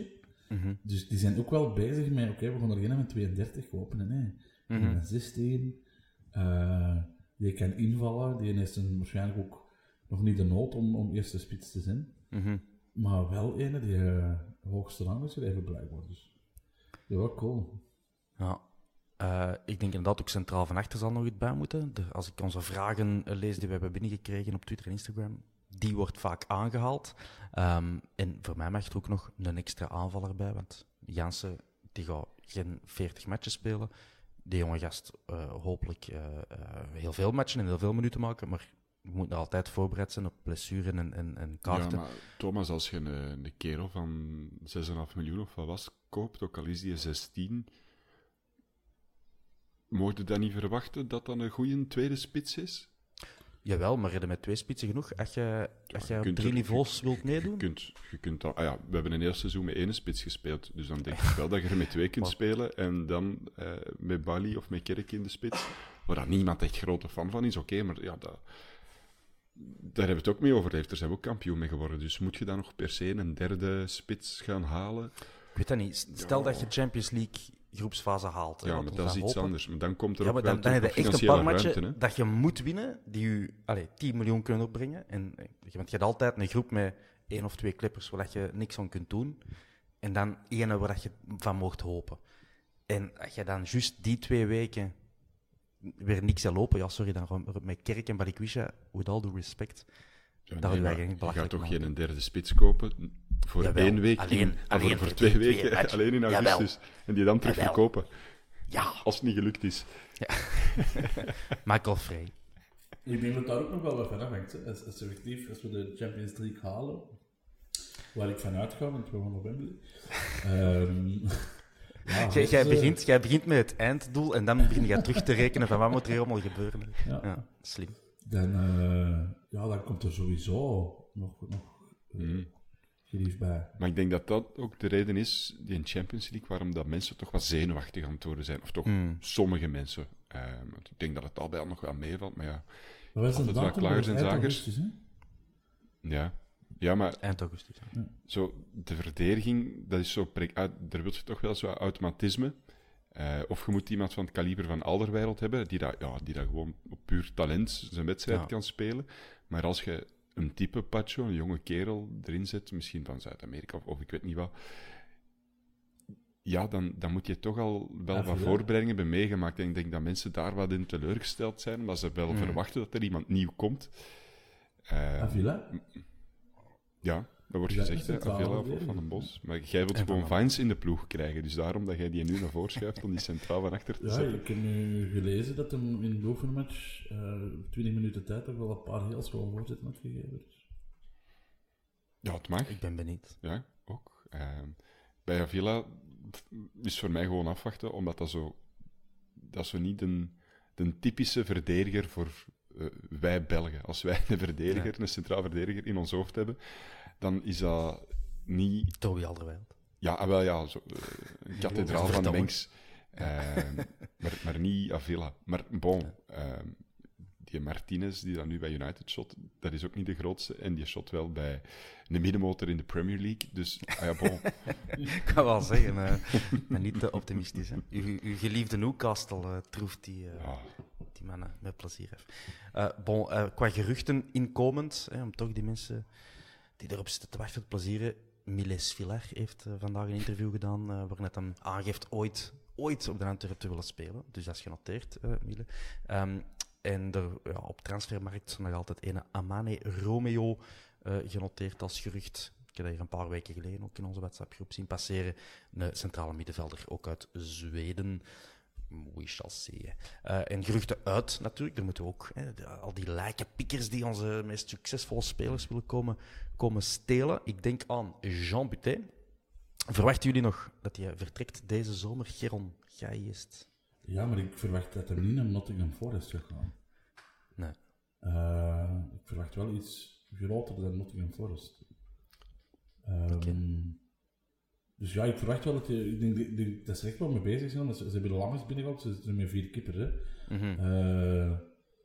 Mm-hmm. Dus die zijn ook wel bezig met, oké, okay, we gaan er geen met tweeëndertig kopen, nee. Mm-hmm. Met zestien, uh, die kan invallen, die heeft een, waarschijnlijk ook nog niet de nood om, om eerste spits te zijn. Mm-hmm. Maar wel ene die uh, hoogste rang is geschreven blijkbaar. Dus ja, cool. Ja. Uh, ik denk inderdaad ook centraal van achter zal nog iets bij moeten. De, als ik onze vragen uh, lees die we hebben binnengekregen op Twitter en Instagram, die wordt vaak aangehaald. Um, en voor mij mag er ook nog een extra aanvaller bij, want Jansen die gaat geen veertig matchen spelen. Die jonge gast uh, hopelijk uh, uh, heel veel matchen en heel veel minuten maken, maar je moet er altijd voorbereid zijn op blessuren en, en, en kaarten. Ja, maar Thomas, als je een, een kerel van zes komma vijf miljoen of wat was koopt, ook al is die zestien, mocht je dan niet verwachten dat dat een goede tweede spits is? Jawel, maar je met twee spitsen genoeg als je, als je, je op drie er, niveaus je, wilt meedoen? Je kunt, je kunt al, ah ja, we hebben een eerste seizoen met één spits gespeeld, dus dan denk ik wel dat je er met twee kunt spelen en dan uh, met Bali of met Kerk in de spits, waar daar niemand echt grote fan van is, oké, okay, maar ja, dat, daar hebben we het ook mee over. Daar zijn we ook kampioen mee geworden, dus moet je dan nog per se een derde spits gaan halen? Ik weet dat niet. Stel ja. dat je Champions League groepsfase haalt. Ja, maar dat is iets hopen. anders. Maar dan komt er ja, ook dan, wel dan heb je echt een paar matchen ruimte, dat je moet winnen, die je allez, tien miljoen kunnen opbrengen. En, want je hebt altijd een groep met één of twee clippers waar je niks aan kunt doen. En dan één waar je van mocht hopen. En als je dan juist die twee weken weer niks zal lopen, ja, sorry, dan met Kerk en Balikwisha, with all due respect, ja, dat nee, wij geen je gaat toch maken. geen derde spits kopen voor Jawel, één week, alleen, in, alleen voor, voor twee, twee weken, match. alleen in augustus, Jawel. en die dan terug Jawel. verkopen. Ja. Als het niet gelukt is. Ja. Michael Frey. Ik denk dat daar ook nog wel wat van afhangt. Als, als, effectief, als we de Champions League halen, waar ik van uitga, want we gaan op Wembley. Um, ja, jij, jij, begint, jij begint met het einddoel en dan begin je terug te rekenen van wat moet er hier allemaal gebeuren. Ja. Ja, slim. Dan, uh, ja, dan komt er sowieso nog, nog uh, gerief bij. Maar ik denk dat dat ook de reden is, die Champions League, waarom dat mensen toch wat zenuwachtig aan het worden zijn. Of toch mm. sommige mensen. Uh, ik denk dat het al bij al nog wel meevalt, maar ja. Maar wij zijn wel klagers en zagers. Ja. Ja, maar eind augustus. Ja. Zo, de verdediging, dat is zo pre- uit, daar wil je toch wel zo'n automatisme. Uh, of je moet iemand van het kaliber van Alderweireld hebben, die dat, ja, die dat gewoon op puur talent zijn wedstrijd ja. kan spelen. Maar als je een type Pacho, een jonge kerel, erin zet, misschien van Zuid-Amerika of, of ik weet niet wat, ja, dan, dan moet je toch al wel ja, wat voorbereidingen hebben meegemaakt. En ik denk dat mensen daar wat in teleurgesteld zijn, omdat ze wel mm. verwachten dat er iemand nieuw komt. Uh, Avila? Ja, dat wordt gezegd, hè, Avila of Van den Bos. Maar jij wilt gewoon Vines in de ploeg krijgen, dus daarom dat jij die nu naar voren schuift om die centraal van achter te ja, zetten. Ja, ik heb nu gelezen dat hem in de oefenmatch uh, twintig minuten tijd toch wel een paar heel schoon voorzetten had gegeven. Dus. Ja, het mag. Ik ben benieuwd. Ja, ook. Uh, bij Avila is voor mij gewoon afwachten, omdat dat zo, dat is zo niet de, de typische verdediger voor uh, wij Belgen. Als wij een verdediger, ja. een centraal verdediger in ons hoofd hebben, dan is dat niet... Toby Alderweireld. Ja, wel ja, zo, uh, een kathedraal van de Mengs. Uh, maar, maar niet Avila. Maar bon, uh, die Martinez, die dan nu bij United shot, dat is ook niet de grootste. En die shot wel bij de middenmotor in de Premier League. Dus, ah ja, bon. Ik kan wel zeggen, uh, maar niet te optimistisch. Hè. U, uw geliefde Newcastle uh, troeft die, uh, ja. die mannen met plezier. Uh, bon, uh, qua geruchten inkomend, hè, om toch die mensen die erop zitten te wachten te plezieren. Miles Villar heeft uh, vandaag een interview gedaan, uh, waarin het hem aangeeft ooit, ooit op de Antwerp te willen spelen. Dus dat is genoteerd, uh, Mile. Um, en er, ja, op transfermarkt is nog altijd een Amane Romeo uh, genoteerd als gerucht. Ik heb dat hier een paar weken geleden ook in onze WhatsApp-groep zien passeren. Een centrale middenvelder, ook uit Zweden. We shall see. Uh, en geruchten uit, natuurlijk. Er moeten ook hè, de, al die lijkenpikkers die onze meest succesvolle spelers willen komen, komen stelen. Ik denk aan Jean Butet. Verwachten jullie nog dat hij vertrekt deze zomer? Geron Gaïst. Ja, maar ik verwacht dat hij niet naar Nottingham Forest gaat gaan. Nee. Uh, ik verwacht wel iets groter dan Nottingham Forest. Um, okay. Dus ja, ik verwacht wel dat je... Ik denk, ik denk dat ze echt wel mee bezig zijn. Ze, ze hebben de langst binnengehaald, ze zitten met vier kippers. Hè. Mm-hmm. Uh,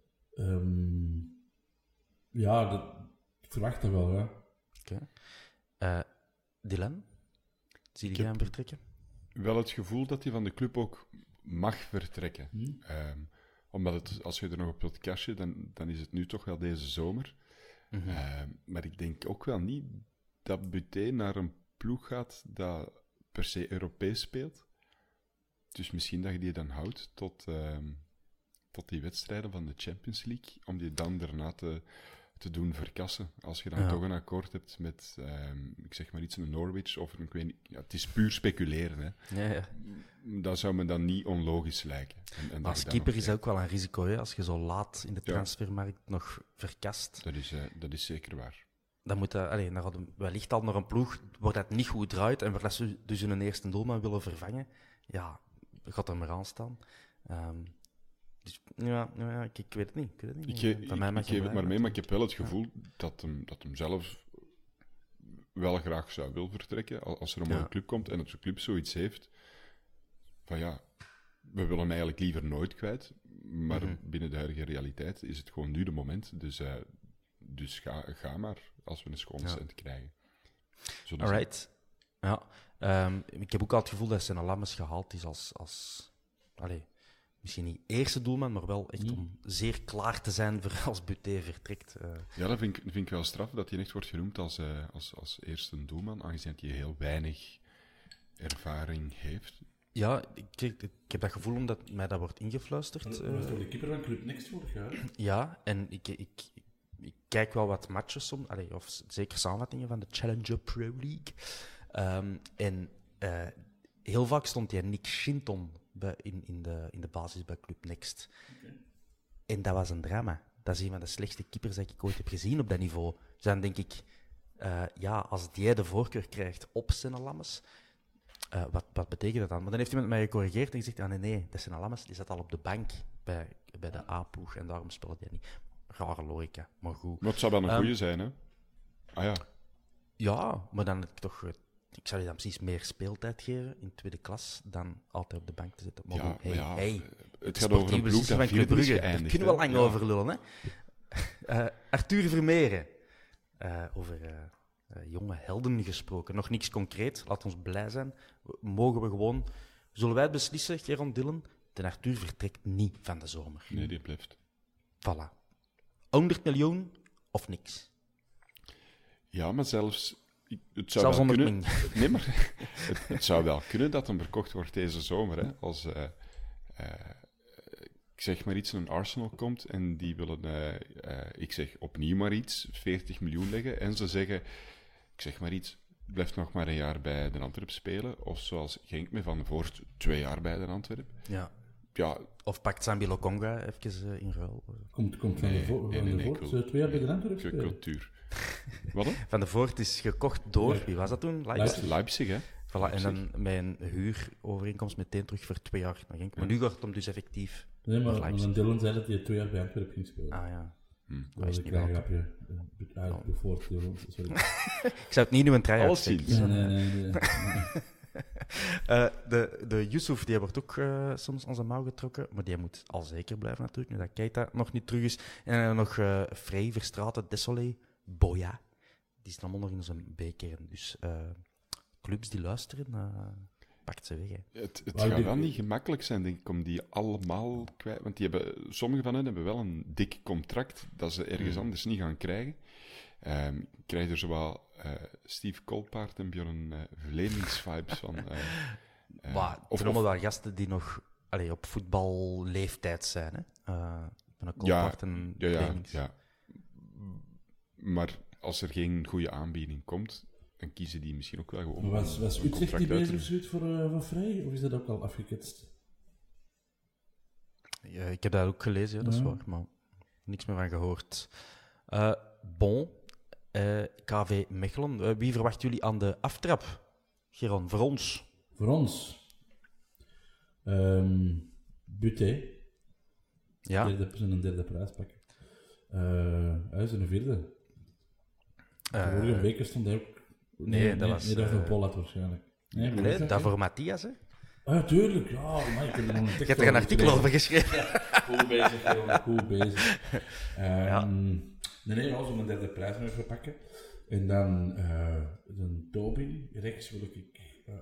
um, ja, dat, ik verwacht dat wel, ja. Oké. Okay. Uh, Dylan? Zie je Ik hem heb- vertrekken? Wel het gevoel dat hij van de club ook mag vertrekken. Hmm. Ehm, omdat het, als je er nog op wilt cashen, dan, dan is het nu toch wel deze zomer. Mhm. Ehm, maar ik denk ook wel niet dat Buté naar een ploeg gaat dat per se Europees speelt. Dus misschien dat je die dan houdt tot, ehm, tot die wedstrijden van de Champions League, om die dan daarna te, te doen verkassen. Als je dan Ja. toch een akkoord hebt met, ehm, ik zeg maar iets, een Norwich, of een, ik weet niet, ja, het is puur speculeren, hè. Ja, ja. Dat zou me dan niet onlogisch lijken. En, en dat Als je dan keeper nog is dat ook wel een risico, hè? Als je zo laat in de Ja. transfermarkt nog verkast. Dat is, eh, dat is zeker waar. Dan moet dat, allee, dan gaat hem wellicht al naar een ploeg waar dat niet goed draait en waar dat ze dus hun eerste doelman willen vervangen. Ja, gaat er maar aan staan. Ehm, dus, ja, ja ik, ik weet het niet. Ik, weet het niet. Ik, ge- Van ik, mij ik mag je geef het blij maar mee, zijn. maar ik heb wel het gevoel dat, hem, dat hem zelf wel graag zou willen vertrekken. Al- Als er een mooie Ja. club komt en dat de club zoiets heeft van ja, we willen hem eigenlijk liever nooit kwijt, maar Mhm. binnen de huidige realiteit is het gewoon nu de moment. Dus, eh, dus ga, ga maar als we een schone Ja. cent krijgen. Zo dat is Alright. Ja. Ehm, ik heb ook al het gevoel dat zijn Lammes gehaald is als, als allee, misschien niet eerste doelman, maar wel echt om zeer klaar te zijn voor als Buté vertrekt. Eh, Ja, dat vind ik, vind ik wel straf, dat hij echt wordt genoemd als, eh, als, als eerste doelman, aangezien hij heel weinig ervaring heeft. ja, ik, ik, ik heb dat gevoel omdat mij dat wordt ingefluisterd. Dat eh, was toch de keeper van Club Next vorig jaar? ja, en ik, ik, ik kijk wel wat matches soms, allee, of s- zeker samenvattingen van de Challenger Pro League. Ehm, en eh, heel vaak stond hij Nick Shinton bij, in, in, de, in de basis bij Club Next. En dat was een drama. Dat is een van de slechtste keepers dat ik ooit heb gezien op dat niveau. Dus dan denk ik, eh, ja, als die de voorkeur krijgt op Senne Lammes, eh, wat, wat betekent dat dan? Maar dan heeft iemand mij gecorrigeerd en gezegd, ah, nee, nee, de Senne Lammes die zat al op de bank bij, bij de A-ploeg en daarom speelde hij niet. Rare logica, maar goed. Maar het zou wel een Ehm, goeie zijn, hè? Ah ja, Ja, maar dan heb ik toch... eh, Ik zou je dan precies meer speeltijd geven in tweede klas dan altijd op de bank te zitten. Maar ja, goed, hey, maar ja hey, het gaat over een sportieve ploeg beslissing dat van Club vierde is Brugge. Daar geëindigd. kunnen we hè. lang Ja. over lullen, hè. Eh, Arthur Vermeeren. Eh, over eh, eh, jonge helden gesproken. Nog niks concreet, laat ons blij zijn. W- Mogen we gewoon... Zullen wij het beslissen, Geron Dillen? De Arthur vertrekt niet van de zomer. Nee, die blijft. Voilà. honderd miljoen of niks. Ja, maar zelfs... ik- Het zou Zelfs wel honderd kunnen... miljoen. Nee, maar het, het zou wel kunnen dat hem verkocht wordt deze zomer. Hè, als, eh, eh, ik zeg maar iets, een Arsenal komt en die willen, eh, eh, ik zeg opnieuw maar iets, veertig miljoen leggen. En ze zeggen, ik zeg maar iets, blijft nog maar een jaar bij de Antwerp spelen. Of zoals Genk met Van de Voort, twee jaar bij de Antwerp. Ja. Ja, Of pakt Sambi Lokonga even eh, in ruil. Komt, komt van nee, de, vo nee, van nee, de nee, Voort cul- eh, twee jaar bij de Antwerp cul- spelen. cultuur. Wat dan? Van de Voort is gekocht door, wie was dat toen? Leipzig. Leipzig, hè? Voilà, en dan mijn huurovereenkomst meteen terug voor twee jaar naar Genk. Maar nu gaat het hem dus effectief Nee, maar naar Leipzig. want Dylan zei dat hij twee jaar bij Antwerp ging spelen. Ah ja. Hm. Dat dat is was niet een klein wel. grapje. Eh, Uit de Voort, Dylan, sorry. Ik zou het niet nu een try-out Alles steken. zien. Nee, nee, nee. nee. Eh, de, de Yusuf die wordt ook eh, soms aan zijn mouw getrokken, maar die moet al zeker blijven natuurlijk, nu dat Keita nog niet terug is. En dan nog uh, Frey, Verstraeten, Desolé, Boya. Die is allemaal nog in zijn B-kern. Dus uh, clubs die luisteren, uh, pakt ze weg. Hè. Het, het Maar gaat die- wel niet gemakkelijk zijn, denk ik, om die allemaal kwijt... Want die hebben, sommige van hen hebben wel een dik contract dat ze ergens Hmm. anders niet gaan krijgen. Ehm ik krijg er zowel uh, Steve Colpaert en Björn uh, Vlemings-vibes van. Uh, uh, Maar het of, zijn of- allemaal wel gasten die nog allee, op voetballeeftijd zijn. Hè. Uh, van een ja, Colpaert en ja, ja, Flemings. ja. Maar als er geen goede aanbieding komt, dan kiezen die misschien ook wel gewoon... Maar was, was een Utrecht niet contract uit bezig te of zoiets voor, uh, voor Vrij? Of is dat ook al afgeketst? Ja, ik heb dat ook gelezen, ja, dat is Ja. waar, maar niks meer van gehoord. Uh, bon, uh, K V Mechelen. Uh, wie verwachten jullie aan de aftrap? Geron, voor ons. Voor ons. Um, Buté. Ja, Derde, zijn een derde prijs pakken. Uh, hij is een vierde. Eh, Vorige week stond hij ook... nee, dat was, Nee, dat was eh, een Pollat waarschijnlijk. Nee, maar nee, is dat voor Matthias, hè? Ah, ja, tuurlijk. Ja, maar ik heb er nog een tekst Je hebt er een artikel over geschreven. Goed bezig, Jeroen. Goed bezig. Um, Ja. Nee, nee, ja, zo'n derde prijs nog even pakken. En dan uh, een Toby. Rechts wil ik Uh,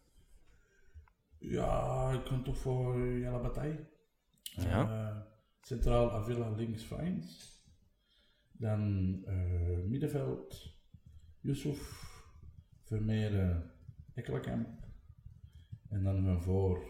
ja, ik kan toch voor Jelle Bataille. Ja. Uh, centraal Avila, links Vines. Dan uh, middenveld Yusuf, Vermeer, Ekkelenkamp. En dan van voor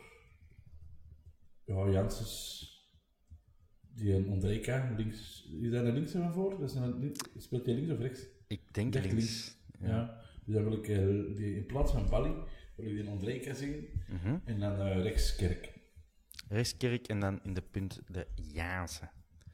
ja, Janssens, die een Ondrejka, links. Is dat een links van voor? Dat is een, speelt hij links of rechts? Ik denk links. links. Ja. ja. Dus dan wil ik uh, die, in plaats van Bali, wil ik die Ondrejka zien. Mm-hmm. En dan uh, rechts Kerk. Rechts Kerk en dan in de punt de Jansen.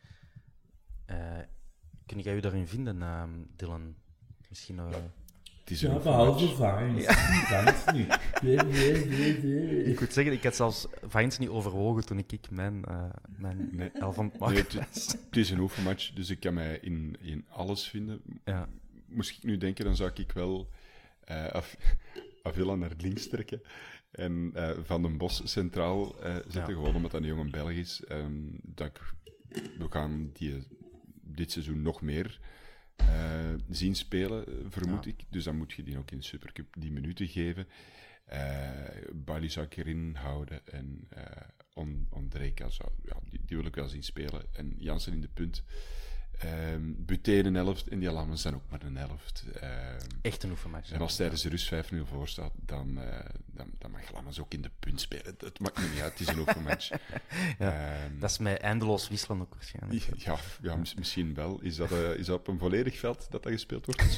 Uh, kun jij je daarin vinden, uh, Dylan? Misschien... Uh... Het is ja, behalve Vines. Ja. Vines niet. Nee, nee, nee, nee. Ik moet zeggen, ik had zelfs Vines niet overwogen toen ik mijn, uh, mijn nee. elf aan het maken nee, was. Het, het is een oefenmatch, dus ik kan mij in, in alles vinden. Ja. Moest ik nu denken, dan zou ik wel uh, Av- Avila naar links trekken en uh, Van den Bos centraal uh, zetten, ja. Gewoon omdat dat een jonge Belg is. Um, dat ik, we gaan die dit seizoen nog meer uh, zien spelen, vermoed ja. ik. Dus dan moet je die ook in de Supercup die minuten geven. Uh, Bali zou ik erin houden en uh, On- Ondrejka zou, ja, die, die wil ik wel zien spelen. En Jansen in de punt. Um, Buteen een helft en die Lammens zijn ook maar een helft. Um, Echt een oefenmatch. En als tijdens de rust vijf nul voor staat, dan, uh, dan, dan mag Lammens ook in de punt spelen. Het maakt niet uit, het is een oefenmatch. Ja, um, dat is mij eindeloos wisselen ook waarschijnlijk. Ja, ja mis, misschien wel. Is dat, uh, is dat op een volledig veld dat dat gespeeld wordt?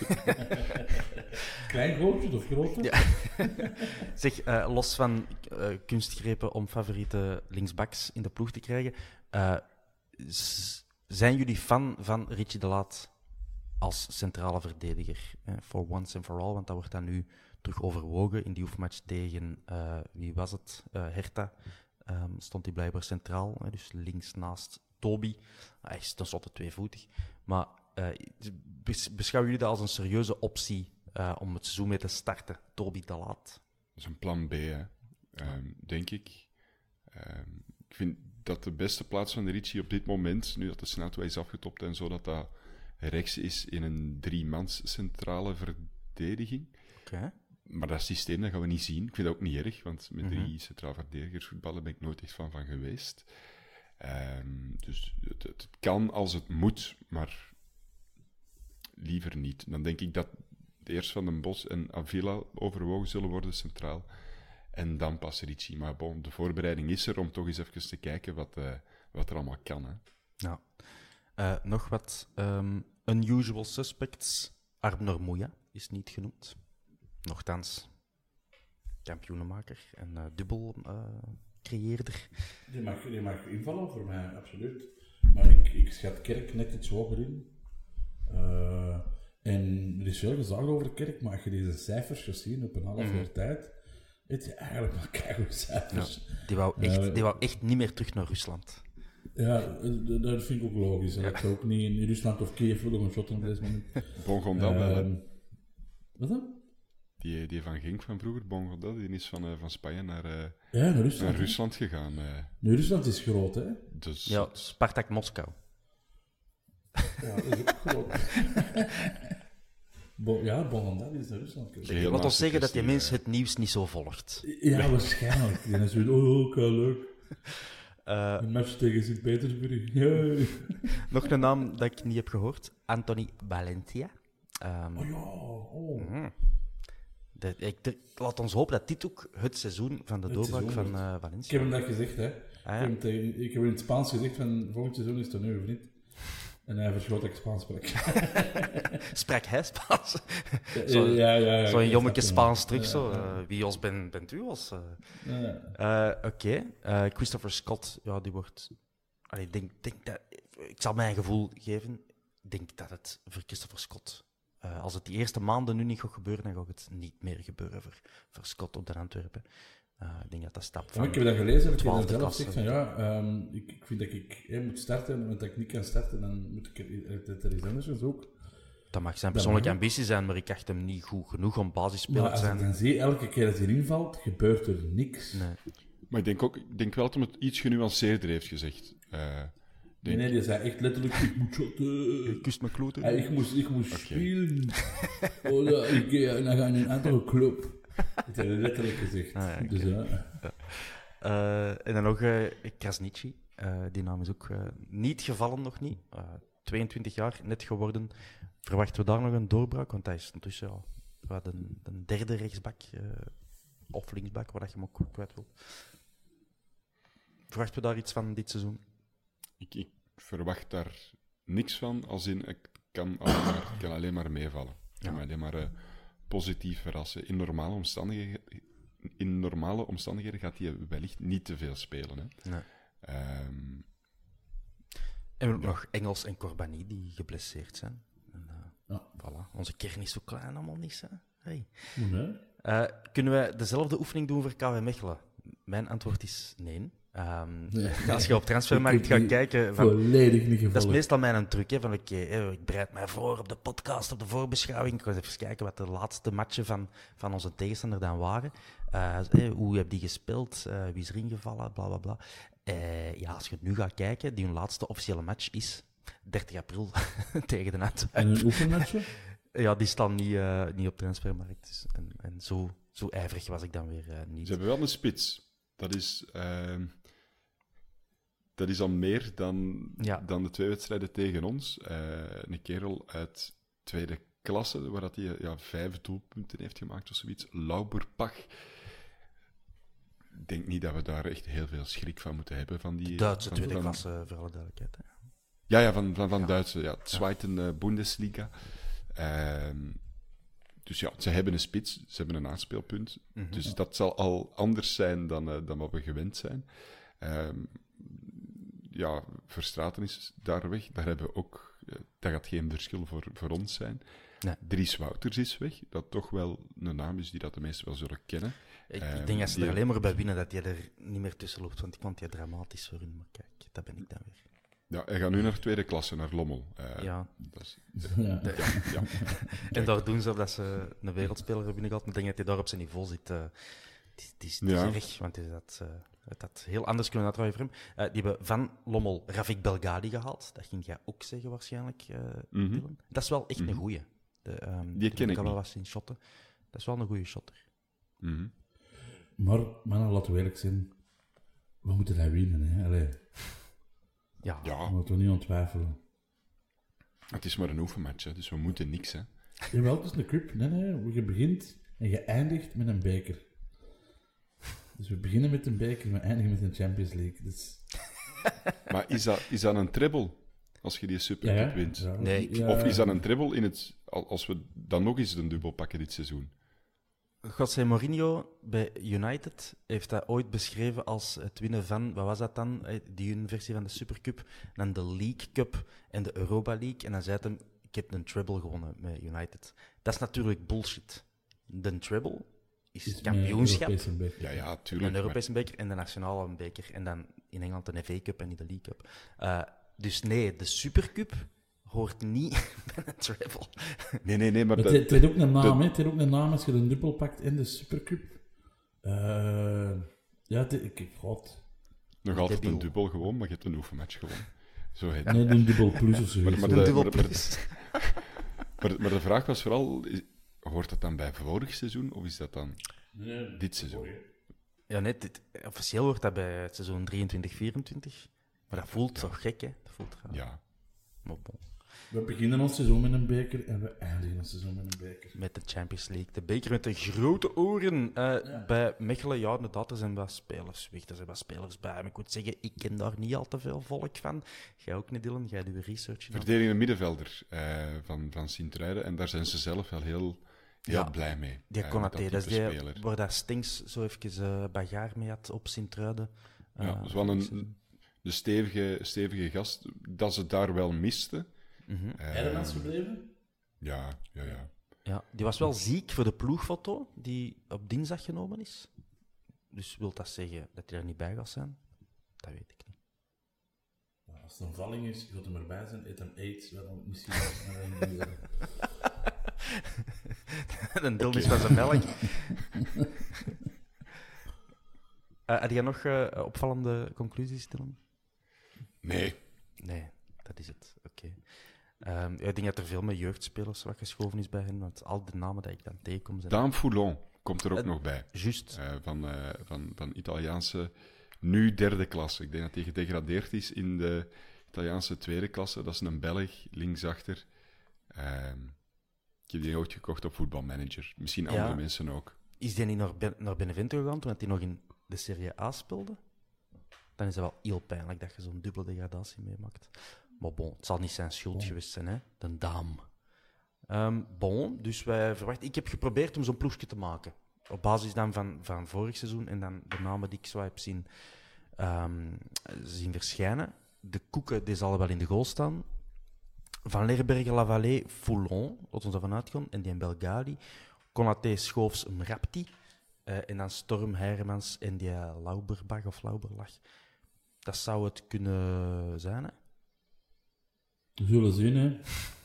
Klein gootje of grote? Ja. Zeg, uh, los van uh, kunstgrepen om favoriete linksbacks in de ploeg te krijgen, uh, z- zijn jullie fan van Richie de Laat als centrale verdediger? Eh, for once and for all, want dat wordt dan nu terug overwogen in die oefenmatch tegen, uh, wie was het? Uh, Hertha. Um, stond hij blijkbaar centraal, hè, dus links naast Toby. Hij is tenslotte tweevoetig. Maar uh, beschouwen jullie dat als een serieuze optie uh, om het seizoen mee te starten? Toby de Laat. Dat is een plan B, hè. Um, denk ik. Um, ik vind dat de beste plaats van de Richie op dit moment, nu dat de snelheid is afgetopt en zo, dat dat rechts is in een driemans centrale verdediging. Okay. Maar dat systeem dat gaan we niet zien. Ik vind dat ook niet erg, want met mm-hmm. drie centraal verdedigers voetballen ben ik nooit echt van, van geweest. Um, dus het, het kan als het moet, maar liever niet. Dan denk ik dat eerst Van den Bos en Avila overwogen zullen worden centraal. En dan pas Richie. Maar bon, de voorbereiding is er om toch eens even te kijken wat, uh, wat er allemaal kan. Hè. Ja. Uh, nog wat um, unusual suspects. Arnor Mouya is niet genoemd. Nochtans, kampioenenmaker en uh, dubbelcreëerder. Uh, die, mag, die mag invallen voor mij, absoluut. Maar ik, ik schat Kerk net iets hoger in. Uh, en er is veel gezegd over Kerk, maar als je deze cijfers gezien op een half jaar mm. tijd, het is eigenlijk maar keigoed cijfers. Ja, die, wou echt, uh, die wou echt niet meer terug naar Rusland. Ja, dat vind ik ook logisch. Ja. Dat ik ook niet in Rusland of Kiev wil een shot op deze moment. Bongonda uh, wel, hè? Wat dan? Die, die van Genk van vroeger, Bongonda, die is van, uh, van Spanje naar, uh, ja, naar Rusland, naar Rusland gegaan. Uh. Nu, Rusland is groot, hè? Dus, ja, Spartak Moskou. Ja, dat is ook groot. Bo- ja, Bongonda is naar Rusland gegaan. Laat ons zeggen dat die mens het nieuws niet zo volgt. Ja, ja. Waarschijnlijk. Die is zo, oh, oké, leuk. Uh, een match tegen Sint-Petersburg. Ja. Nog een naam dat ik niet heb gehoord. Anthony Valencia. Um, oh ja, oh. Mm-hmm. De, ik, de, laat ons hopen dat dit ook het seizoen van de doorbraak van uh, Valencia... Ik heb hem dat gezegd, hè. Ah, ja. ik, heb tegen, ik heb in het Spaans gezegd van volgend seizoen is het nu of niet. En hij verschoot dat ik Spaans sprak. Sprak hij Spaans? Zo'n ja, ja, ja, zo jommeke Spaans terug, ja, zo. Uh, wie als ben, bent u als? Uh, ja. uh, Oké. Okay. Uh, Christopher Scott, ja, die wordt... Allee, denk, denk dat, ik zal mijn gevoel geven. Ik denk dat het voor Christopher Scott... Uh, als het die eerste maanden nu niet gaat gebeuren, dan gaat het niet meer gebeuren voor, voor Scott op de Antwerpen. Uh, ik denk dat dat stap van... Ja, ik heb dat gelezen, dat je zelf klasse, zegt van ja, um, ik, ik vind dat ik hè, moet starten, want als ik niet kan starten, dan moet ik er, er iets anders zoeken. Dat mag zijn persoonlijke ambitie zijn, maar ik acht hem niet goed genoeg om basisspeler te zijn. Maar als ik dan zie, elke keer dat hij invalt, gebeurt er niks. Nee. Maar ik denk, ook, ik denk wel dat hij het iets genuanceerder heeft gezegd. Uh, Nee, nee, die zei echt letterlijk, ik moet shotten. Je kust mijn kloten. Ja, ik moest, ik moest okay. spelen. Oh, ja, ik ga naar een andere club. Dat heb je letterlijk gezegd. Ah, ja, okay. Dus ja. Ja. Uh, en dan nog uh, Krasniqi. Uh, die naam is ook uh, niet gevallen, nog niet. Uh, tweeëntwintig jaar, net geworden. Verwachten we daar nog een doorbraak? Want hij is intussen ja, wat een, een derde rechtsbak. Uh, of linksbak, waar je hem ook kwijt wil. Verwachten we daar iets van dit seizoen? Ik, ik verwacht daar niks van. Als in, ik kan alleen maar, kan alleen maar meevallen. Ik kan Ja. alleen maar uh, positief verrassen. In normale omstandigheden... In normale omstandigheden gaat hij wellicht niet te veel spelen. Hè. Nee. Um, en we hebben nog Engels en Corbani die geblesseerd zijn. En, uh, Ja. voilà. Onze kern is zo klein allemaal niet. Hè? Hey. Nee. Uh, kunnen we dezelfde oefening doen voor K W Mechelen? Mijn antwoord is nee. Um, Nee. Als je op Transfermarkt Ik gaat heb kijken... Van, volledig niet gevolgd. dat is meestal mijn truc. Hè, van, okay, ik bereid mij voor op de podcast, op de voorbeschouwing. Ik ga eens even kijken wat de laatste matchen van, van onze tegenstander dan waren. Uh, hoe heb die gespeeld? Uh, wie is erin gevallen? Bla, bla, bla. Uh, ja, als je het nu gaat kijken, die hun laatste officiële match is dertig april tegen de Antwerpen. En een oefenmatje? Ja, die staan niet, uh, niet op Transfermarkt. Dus, en en zo, zo ijverig was ik dan weer uh, niet. Ze hebben wel een spits. Dat is, uh, dat is al meer dan, Ja. dan de twee wedstrijden tegen ons. Uh, een kerel uit tweede klasse, waar dat hij ja, vijf doelpunten heeft gemaakt of zoiets. Lauberbach. Ik denk niet dat we daar echt heel veel schrik van moeten hebben. Van die, De Duitse van, tweede van, klasse, voor alle duidelijkheid. Hè. Ja, ja, van, van, van Ja. Duitse. Ja, Zweite uh, Bundesliga. Uh, dus ja, ze hebben een spits, ze hebben een aanspeelpunt. Mm-hmm. Dus dat zal al anders zijn dan, uh, dan wat we gewend zijn. Uh, ja, Verstraeten is daar weg. Daar hebben we ook, uh, dat gaat geen verschil voor, voor ons zijn. Nee. Dries Wouters is weg, dat toch wel een naam is die dat de meesten wel zullen kennen. Ik, Um, ik denk dat ze die- er alleen maar bij winnen dat je er niet meer tussen loopt, want ik vond die dramatisch voor hun. Maar kijk, dat ben ik dan weer. Ja, hij gaat nu naar tweede klasse, naar Lommel. Uh, Ja. Dat is, Ja. ja, ja. En daar doen ze dat ze een wereldspeler hebben binnengehaald, maar ik denk dat hij daar op zijn niveau zit. Uh, het is, het is, het is Ja. erg, want het dat, uh, het had heel anders kunnen uitdraaien voor hem. Uh, die hebben van Lommel Rafik Belgadi gehaald. Dat ging jij ook zeggen waarschijnlijk, uh, Mhm. Dylan. Dat is wel echt Mhm. een goeie. De, um, Die ken ik wel niet. was in shotten. Dat is wel een goede shotter. Mhm. Maar, mannen, laten we eerlijk zijn. We moeten dat winnen, hè. Allee, Ja. daar Ja, moeten we niet aan twijfelen. het is maar een oefenmatch, hè, dus we moeten niks. Hè. Jawel, het is een cup. Nee, nee, je begint en je eindigt met een beker. Dus we beginnen met een beker en we eindigen met een Champions League. Dus, Maar is dat, is dat een treble als je die Supercup wint? ja, Nee, ik- ja. Of is dat een treble in het, al- als we dan nog eens een dubbel pakken dit seizoen? José Mourinho bij United heeft dat ooit beschreven als het winnen van, wat was dat dan? Eh, Die hun versie van de Supercup, dan de League Cup en de Europa League. En dan zei hij, ik heb een treble gewonnen met United. Dat is natuurlijk bullshit. De treble is, Is met kampioenschap, Europese beker. Ja, ja, tuurlijk. een Europese beker en de nationale beker. En dan in Engeland de F A Cup en niet de League Cup. Uh, dus nee, de Supercup hoort niet bij een treble. maar- Nee, nee, nee, maar Het dat, heeft het heeft ook een naam, dat- hè. Het heeft ook een naam als je de dubbel pakt en de Supercup. Eh ja, het, ik, ik god. nog altijd debiel. een dubbel gewoon, maar je hebt een oefenmatch gewonnen. Zo heet het. Nee, een dubbel plus of zoiets. Maar Een de- dubbel maar- maar- plus. Maar, maar de vraag was vooral, is- hoort dat dan bij vorig seizoen of is dat dan Nee, dit seizoen? Ja, net, dit- officieel hoort dat bij het seizoen drieëntwintig vierentwintig. Maar dat voelt toch gek, hè? Dat voelt raar. Ja. Maar bon. We beginnen ons seizoen met een beker en we eindigen ons seizoen met een beker. Met de Champions League. De beker met de grote oren. Uh, Bij Mechelen, ja, inderdaad, er zijn wat spelers weg. Er zijn wat spelers bij. Maar ik moet zeggen, ik ken daar niet al te veel volk van. Jij ook niet, Dylan? Jij doet de research. gedaan. Verdedigende middenvelder eh, van, van Sint-Truiden. En daar zijn ze zelf wel heel, heel Ja, blij mee. Die eh, Konaté, met dat is type die speler. waar dat Stinks zo even uh, bagaar mee had op Sint-Truiden. Ja, Uh, dat is wel een, de stevige, stevige gast. Dat ze daar wel misten. mhm. Eh, Hermans gebleven? ja, ja, ja. Ja, die was wel ziek voor de ploegfoto die op dinsdag genomen is. Dus wil dat zeggen dat hij er niet bij gaat zijn? Dat weet ik niet. Nou, als het een valling is, gaat hem erbij zijn, eet hem aids, wel misschien wel. eh, Een deel is van zijn melk. Uh, had jij nog uh, opvallende conclusies, Dylan? Nee. Nee, dat is het. Oké. Okay. Um, ik denk dat er veel meer jeugdspelers wat geschoven is bij hen, want al de namen die ik dan tegenkom zijn... Daan Foulon. komt er ook Uh, nog bij. Juist. Uh, van, uh, van, van Italiaanse, nu derde klasse. Ik denk dat hij gedegradeerd is in de Italiaanse tweede klasse. Dat is een Belg, linksachter. Uh, ik heb die ooit gekocht op Voetbalmanager. Misschien ja. andere mensen ook. Is die niet naar, ben- naar Benevento gegaan toen hij nog in de Serie A speelde? Dan is het wel heel pijnlijk dat je zo'n dubbele degradatie meemaakt. Maar bon, het zal niet zijn schuld bon. geweest zijn, hè? De dame. Um, bon, dus wij verwachten... Ik heb geprobeerd om zo'n ploegje te maken. Op basis dan van, van vorig seizoen en dan de namen die ik zo heb zien, um, zien verschijnen. De Koeken, die zal wel in de goal staan. Van Lerbergen, Lavallée, Foulon, wat ons daarvan uitkomt. En die in Belgali. Konaté, Schoofs, Mrapti. Uh, en dan Storm, Hermans en die Lauberbach of Lauberlach. Dat zou het kunnen zijn, hè? We zullen zien, hè?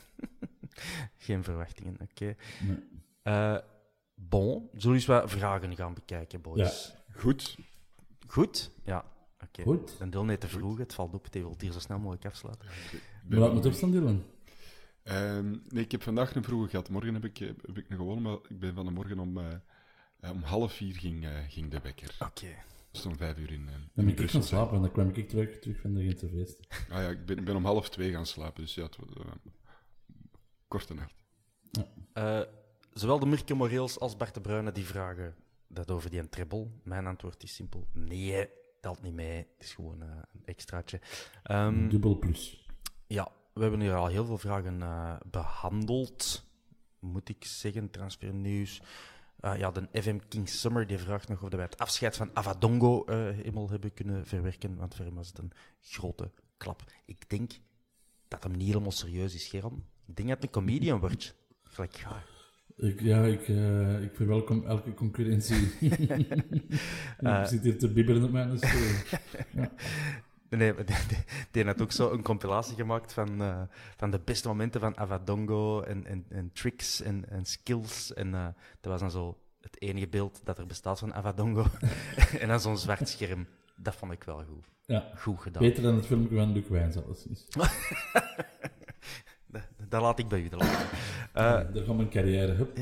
Geen verwachtingen, oké. Okay. Nee. Uh, bon, zullen we eens wat vragen gaan bekijken, boys? Ja. Goed. Goed? Ja, oké. Okay. Een deel net te vroeg, het valt op. Het wil hier zo snel mogelijk afsluiten. Maar laat me het opstaan, Dylan. Um, nee, ik heb vandaag een vroege gehad. Morgen heb ik, heb ik nog gewonnen, maar ik ben van de morgen om, uh, uh, om half vier ging, uh, ging de wekker. Oké. Okay. Dat is om vijf uur in, uh, in Dan ben ik gaan slapen en dan kwam ik terug, terug van de Genterfeest. Ah ja, ik ben, ik ben om half twee gaan slapen, dus ja, het was uh, korte nacht. Ja. Uh, zowel de Mirke Moreels als Bart de Bruyne die vragen dat over die treble. Mijn antwoord is simpel: nee, telt niet mee. Het is gewoon uh, een extraatje. Um, Dubbel plus. Ja, we hebben hier al heel veel vragen uh, behandeld. Moet ik zeggen, transfernieuws. Uh, ja, de F M King Summer die vraagt nog of wij het afscheid van Avadongo uh, helemaal hebben kunnen verwerken. Want voor hem was het een grote klap. Ik denk dat hem niet helemaal serieus is, Geron. Ik denk dat het een comedian wordt. Gelijk, ja. Ik, ja, ik, uh, ik verwelkom elke concurrentie. uh, ik zit hier te bibberen op mijn stoel. Ja. Nee, die, die, die had ook zo een compilatie gemaakt van, uh, van de beste momenten van Avadongo en, en, en tricks en, en skills. En uh, dat was dan zo het enige beeld dat er bestaat van Avadongo. En dan zo'n zwart scherm. Dat vond ik wel goed. Ja. Goed gedaan. Beter dan het filmpje van Luc Wijns, alleszins. dat, dat laat ik bij u. Dat laat ik. Uh, ja, daar gaat mijn carrière. Hup.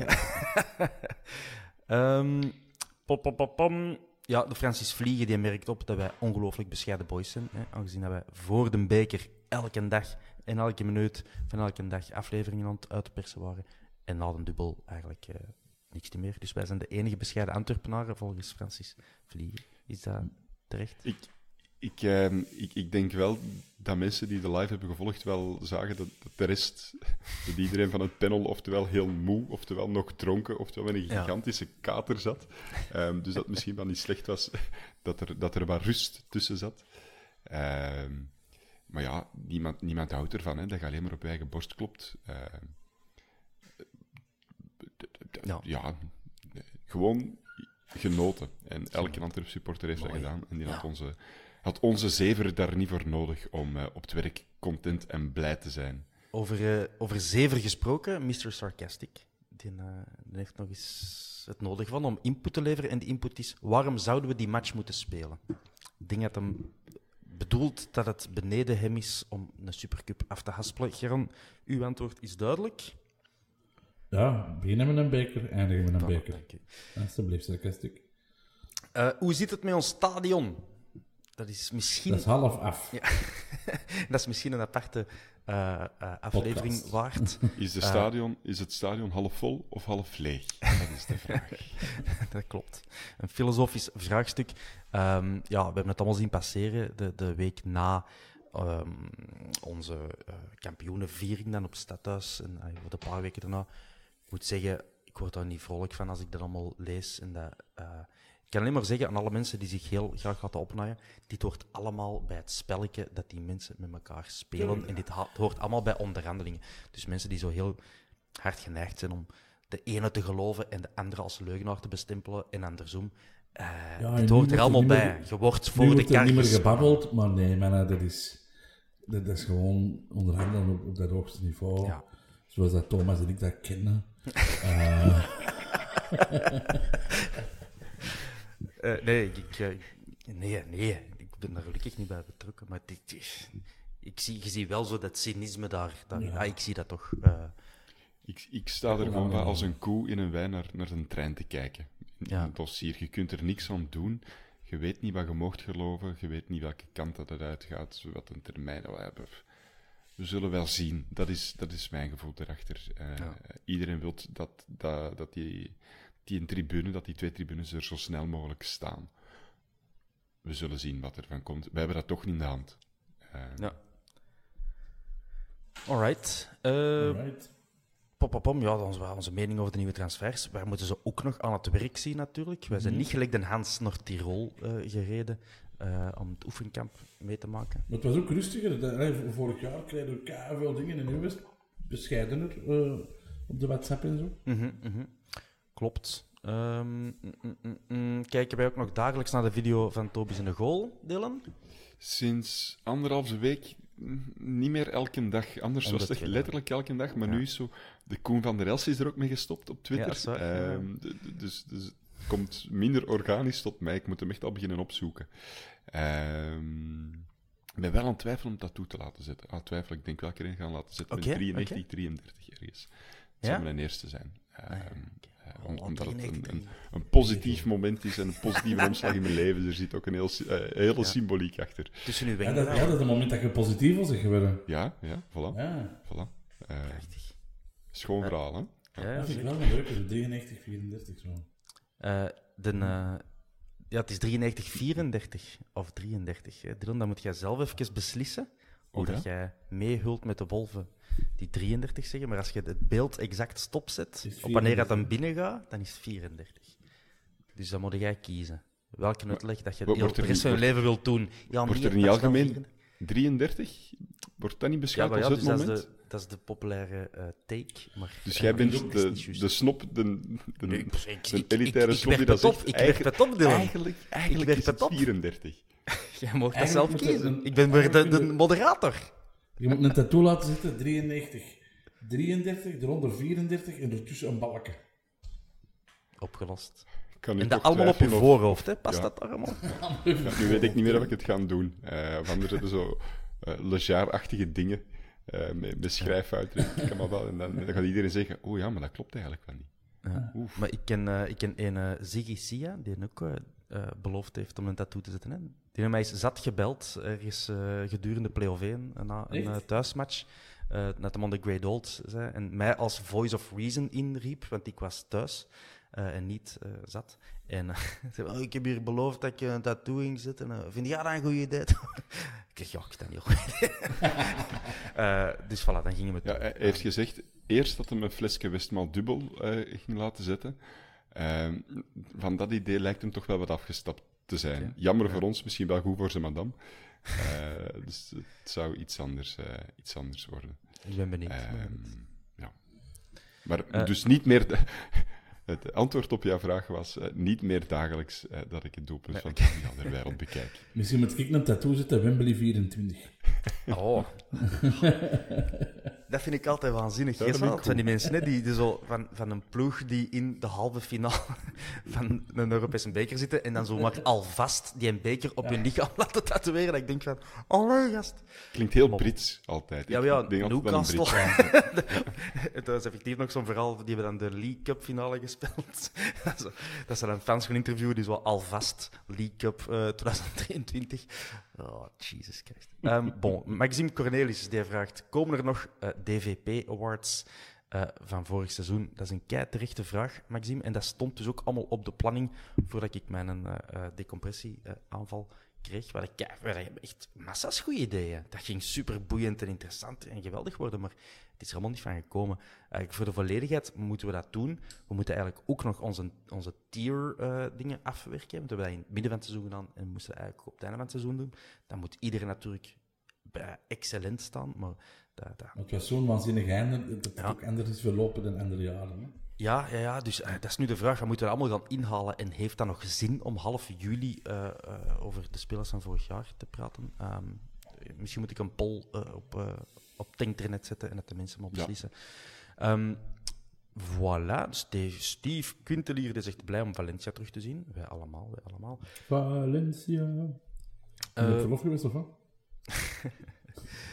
Ja. um, pop, pop, pop, pom. Ja, de Francis Vliegen die merkt op dat wij ongelooflijk bescheiden boys zijn. Hè, aangezien dat wij voor de beker elke dag en elke minuut van elke dag afleveringen aan het uitpersen waren. En na de dubbel eigenlijk uh, niks meer. Dus wij zijn de enige bescheiden Antwerpenaren volgens Francis Vliegen. Is dat terecht? Ik, ik, uh, ik, ik denk wel dat mensen die de live hebben gevolgd wel zagen dat, dat de rest, dat iedereen van het panel oftewel heel moe, oftewel nog dronken, oftewel met een gigantische ja. kater zat. Um, dus dat het misschien wel niet slecht was dat er, dat er wat rust tussen zat. Um, maar ja, niemand, niemand houdt ervan, hè, dat je alleen maar op je eigen borst klopt. Uh, ja. ja, gewoon genoten. En elke Antwerp supporter heeft Mooi. dat gedaan. En die ja. had onze... had onze zever daar niet voor nodig om uh, op het werk content en blij te zijn. Over, uh, over zever gesproken, mister Sarcastic. Die, uh, die heeft nog eens het nodig van om input te leveren. En die input is, waarom zouden we die match moeten spelen? Ik denk dat hem bedoelt dat het beneden hem is om een Supercup af te haspelen. Geron, uw antwoord is duidelijk. Ja, beginnen met een beker, eindigen met een Dank beker. Alsjeblieft, Sarcastic. Uh, hoe zit het met ons stadion? Dat is misschien... Dat is half af. Ja. Dat is misschien een aparte uh, uh, aflevering Podcast. waard. Is, de stadion, is het stadion half vol of half leeg? Dat is de vraag. Dat klopt. Een filosofisch vraagstuk. Um, ja, we hebben het allemaal zien passeren. De, de week na um, onze uh, kampioenenviering dan op het stadhuis. En uh, voor de paar weken daarna. Ik moet zeggen, ik word daar niet vrolijk van als ik dat allemaal lees. En dat... Uh, Ik kan alleen maar zeggen aan alle mensen die zich heel graag laten opnaaien, dit hoort allemaal bij het spelletje dat die mensen met elkaar spelen. En dit ha- hoort allemaal bij onderhandelingen. Dus mensen die zo heel hard geneigd zijn om de ene te geloven en de andere als leugenaar te bestempelen en andersom. Uh, ja, dit hoort er allemaal bij. Meer, je wordt voor de kar. Nu wordt er niet meer gebabbeld, maar nee, man, dat, is, dat is gewoon onderhandelen op, op dat hoogste niveau. Ja. Zoals dat Thomas en ik dat kennen. uh, Uh, nee, ik, uh, nee, nee, ik ben daar gelukkig niet bij betrokken. Maar dit, ik zie, je ziet wel zo dat cynisme daar. daar ja. Ja, ik zie dat toch. Uh, Ik, ik sta er gewoon bij als een koe in een wei naar, naar een trein te kijken. In Ja. een dossier. Je kunt er niks aan doen. Je weet niet wat je moogt geloven. Je weet niet welke kant dat het uitgaat. Wat een termijn dat we hebben. We zullen wel zien. Dat is, dat is mijn gevoel erachter. Uh, Ja. Iedereen wil dat, dat, dat die, die een tribune, dat die twee tribunes er zo snel mogelijk staan. We zullen zien wat er van komt. We hebben dat toch niet in de hand. Uh, Ja. Alright. Uh, Alright. Pop, pop, pom. Ja, onze, onze mening over de nieuwe transfers. Wij moeten ze ook nog aan het werk zien, natuurlijk. Wij zijn Mhm. niet gelijk de Hans naar Tirol uh, gereden uh, om het oefenkamp mee te maken. Maar het was ook rustiger. De- allee, vorig jaar kregen we veel dingen en nu was het bescheidener uh, op de WhatsApp en zo. Mhm, mhm. Klopt. Um, mm, mm, mm, mm. Kijken wij ook nog dagelijks naar de video van Tobi's in de goal, Dylan? Sinds anderhalve week mm, niet meer elke dag. Anders Om was de het twee letterlijk elke dag. Maar Ja. nu is zo... De Koen van der Els is er ook mee gestopt op Twitter. Ja, dat is waar, ja. Ehm, d- d- dus, dus het komt minder organisch tot mij. Ik moet hem echt al beginnen opzoeken. Ehm, ik ben wel aan het twijfelen om dat toe te laten zetten. Ah, twijfel, ik denk wel keer in gaan laten zetten. Oké, met drieënnegentig, oké. drieëntertig ergens. Het Ja? zou mijn eerste zijn. Ehm, Ah, ja, eh, oké. om- Oh, omdat het een, drieënnegentig. een, een positief moment is en een positieve omslag in mijn leven. Er zit ook een heel, sy- eh, hele Ja. symboliek achter. Tussen uw Ja, dat, wenkbrauwen. ja, dat is het moment dat je positief was geworden. Ja, ja, voilà. Ja, voilà. Eh, Prachtig. schoon verhaal, hè? Ja, dat vind ik zeker. wel een leuke. zo drieënnegentig, vierendertig zo. Uh, de, uh, ja, het is drieënnegentig vierendertig of drieëndertig. Hè. Dylan, dan moet jij zelf even beslissen of Hoe dat dat? jij meehult met de wolven die drieëndertig zeggen. Maar als je het beeld exact stopzet, Het is op wanneer het dan vierendertig. binnen gaat, dan is het vierendertig. Dus dan moet jij kiezen. Welke uitleg dat je Wordt heel er de rest niet- van je wordt- leven wilt doen. Ja, Wordt nee, er niet dat is wel algemeen vierendertig. drieëndertig? Wordt dat niet Ja, beschouwd maar ja, als dus het dat is, moment? de, dat is de populaire uh, take. Maar Dus uh, jij dat is bent niet de, juist. de snop, de, de, Nee, ik- ik- de ik- elitaire ik- ik snop die werp dat het op, zegt. ik werp het op, Dylan. Eigenlijk, eigenlijk werp is het het op. vierendertig. Jij mag dat Eigenlijk zelf moet er kiezen. een- Ik ben weer de, de eigenlijk- moderator. Je moet een tattoo laten zitten, drieënnegentig. drieëndertig, eronder vierendertig en ertussen een balken. Opgelost. Kan nu En dat toch allemaal op je twijfelen of- voorhoofd, hè? Past Ja. dat allemaal? Ja, nu weet ik niet meer of ik het ga doen. Uh, of anders hebben zo uh, Lejar-achtige dingen uh, met, met schrijffouten. Ik kan maar wel, en dan, dan gaat iedereen zeggen, oh ja, maar dat klopt eigenlijk wel niet. Ja. Oef. Maar ik ken, uh, ik ken een uh, Ziggy Sia, die ook uh, uh, beloofd heeft om een tattoo te zetten. Hè? Die heeft mij eens zat gebeld, ergens uh, gedurende play-off één, na een uh, thuismatch. Uh, net hem on the Great Old zei. En mij als voice of reason inriep, want ik was thuis uh, en niet uh, zat. En uh, zei, oh, ik heb hier beloofd dat ik een tattoo ging zetten. Uh, vind jij dat een goed idee? Ik zeg, ja, ik sta niet goed. uh, dus voilà, dan gingen we... Ja, hij heeft gezegd, eerst dat hij een flesje Westmaal dubbel uh, ging laten zetten. Uh, van dat idee lijkt hem toch wel wat afgestapt te zijn. Okay. Jammer ja. voor ons, misschien wel goed voor zijn madame. Uh, dus het zou iets anders, uh, iets anders worden. Ik ben benieuwd. Uh, ja. Maar uh, dus niet meer... De, het antwoord op jouw vraag was uh, niet meer dagelijks uh, dat ik het doelpunt nee, van okay. de andere wereld bekijk. Misschien moet ik een tattoo zetten, Wembley vierentwintig. Oh. Dat vind ik altijd waanzinnig. Ja, dat zijn die mensen hè, die, die zo van, van een ploeg die in de halve finale van een Europese beker zitten en dan zo maar alvast die een beker op ja. hun lichaam laten tatoeëren. Dat ik denk van, allee gast. Klinkt heel Brits altijd. Ja, ja, Newcastle. Dat is effectief nog zo'n verhaal, die hebben dan de League Cup finale gespeeld. Dat ze dan fans gaan interviewen, die zo alvast League Cup uh, twintig drieëntwintig. Oh, Jesus Christ. Um, bon, Maxime Cornelis die vraagt, komen er nog uh, D V P Awards uh, van vorig seizoen? Dat is een kei terechte vraag, Maxime. En dat stond dus ook allemaal op de planning voordat ik mijn uh, uh, decompressie-aanval uh, kreeg. Waar ik, waar ik echt massa's goede ideeën. Dat ging super boeiend en interessant en geweldig worden, maar het is er allemaal niet van gekomen. Uh, voor de volledigheid moeten we dat doen. We moeten eigenlijk ook nog onze, onze tier-dingen uh, afwerken. Want we hebben dat in het midden van het seizoen gedaan en we moesten dat eigenlijk op het einde van het seizoen doen. Dan moet iedereen natuurlijk bij excellent staan, maar... Dat, dat... Het was zo'n waanzinnig einde dat het ja. ook anders is verlopen dan andere jaren. Hè? Ja, ja, ja, dus uh, dat is nu de vraag. Wat moeten we allemaal gaan inhalen? En heeft dat nog zin om half juli uh, uh, over de spelers van vorig jaar te praten? Um, misschien moet ik een poll uh, op, uh, op Tankternet zetten en dat de mensen maar beslissen. Ja. Um, voilà, Steve, Steve Quintelier is echt blij om Valencia terug te zien. Wij allemaal, wij allemaal. Valencia. Ben je uh, verlof geweest of wat?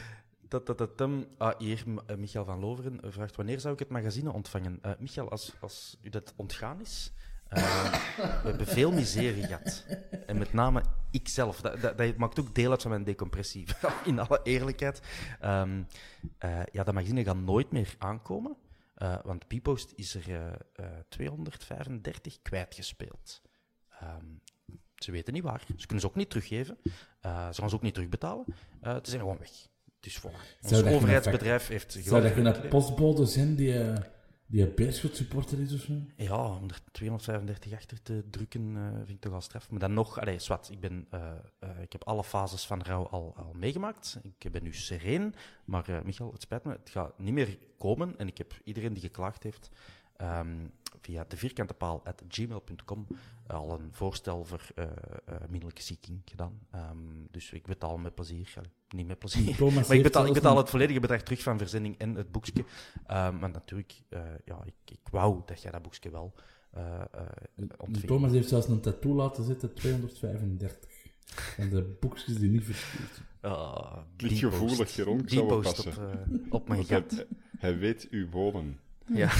Tatatam. Ah, hier, uh, Michael van Loveren vraagt wanneer zou ik het magazine ontvangen? Uh, Michael, als, als u dat ontgaan is, uh, we hebben veel miserie gehad. En met name ikzelf. Dat, dat, dat maakt ook deel uit van mijn decompressie, in alle eerlijkheid. Um, uh, ja, dat magazine gaat nooit meer aankomen, uh, want Bpost is er uh, uh, tweehonderdvijfendertig kwijtgespeeld. Um, ze weten niet waar. Ze kunnen ze ook niet teruggeven. Uh, ze gaan ze ook niet terugbetalen. Uh, ze zijn gewoon weg. Dus voilà. Ons overheidsbedrijf heeft... Zou dat een postbode zijn die, uh, die een Beerschot-supporter is of zo? Ja, om er tweehonderdvijfendertig achter te drukken uh, vind ik toch al straf. Maar dan nog... Allee, zwart. Ik, ben, uh, uh, ik heb alle fases van rouw al, al meegemaakt. Ik ben nu sereen. Maar uh, Michael, het spijt me. Het gaat niet meer komen. En ik heb iedereen die geklaagd heeft... Um, via de vierkante paal at gmail punt com al een voorstel voor uh, uh, minderlijke zieking gedaan. Um, dus ik betaal met plezier. Allee, niet met plezier. Maar ik betaal, ik betaal het volledige bedrag terug van verzending en het boekje. Um, maar natuurlijk, uh, ja, ik, ik wou dat jij dat boekje wel uh, uh, ontving. Thomas heeft zelfs een tattoo laten zitten, tweehonderdvijfendertig. En de boekjes die niet verstuurd. Uh, Niet gevoelig, Jeroen. Ik zal wel passen. Op, uh, op mijn gat. Hij, hij weet uw wonen. Ja.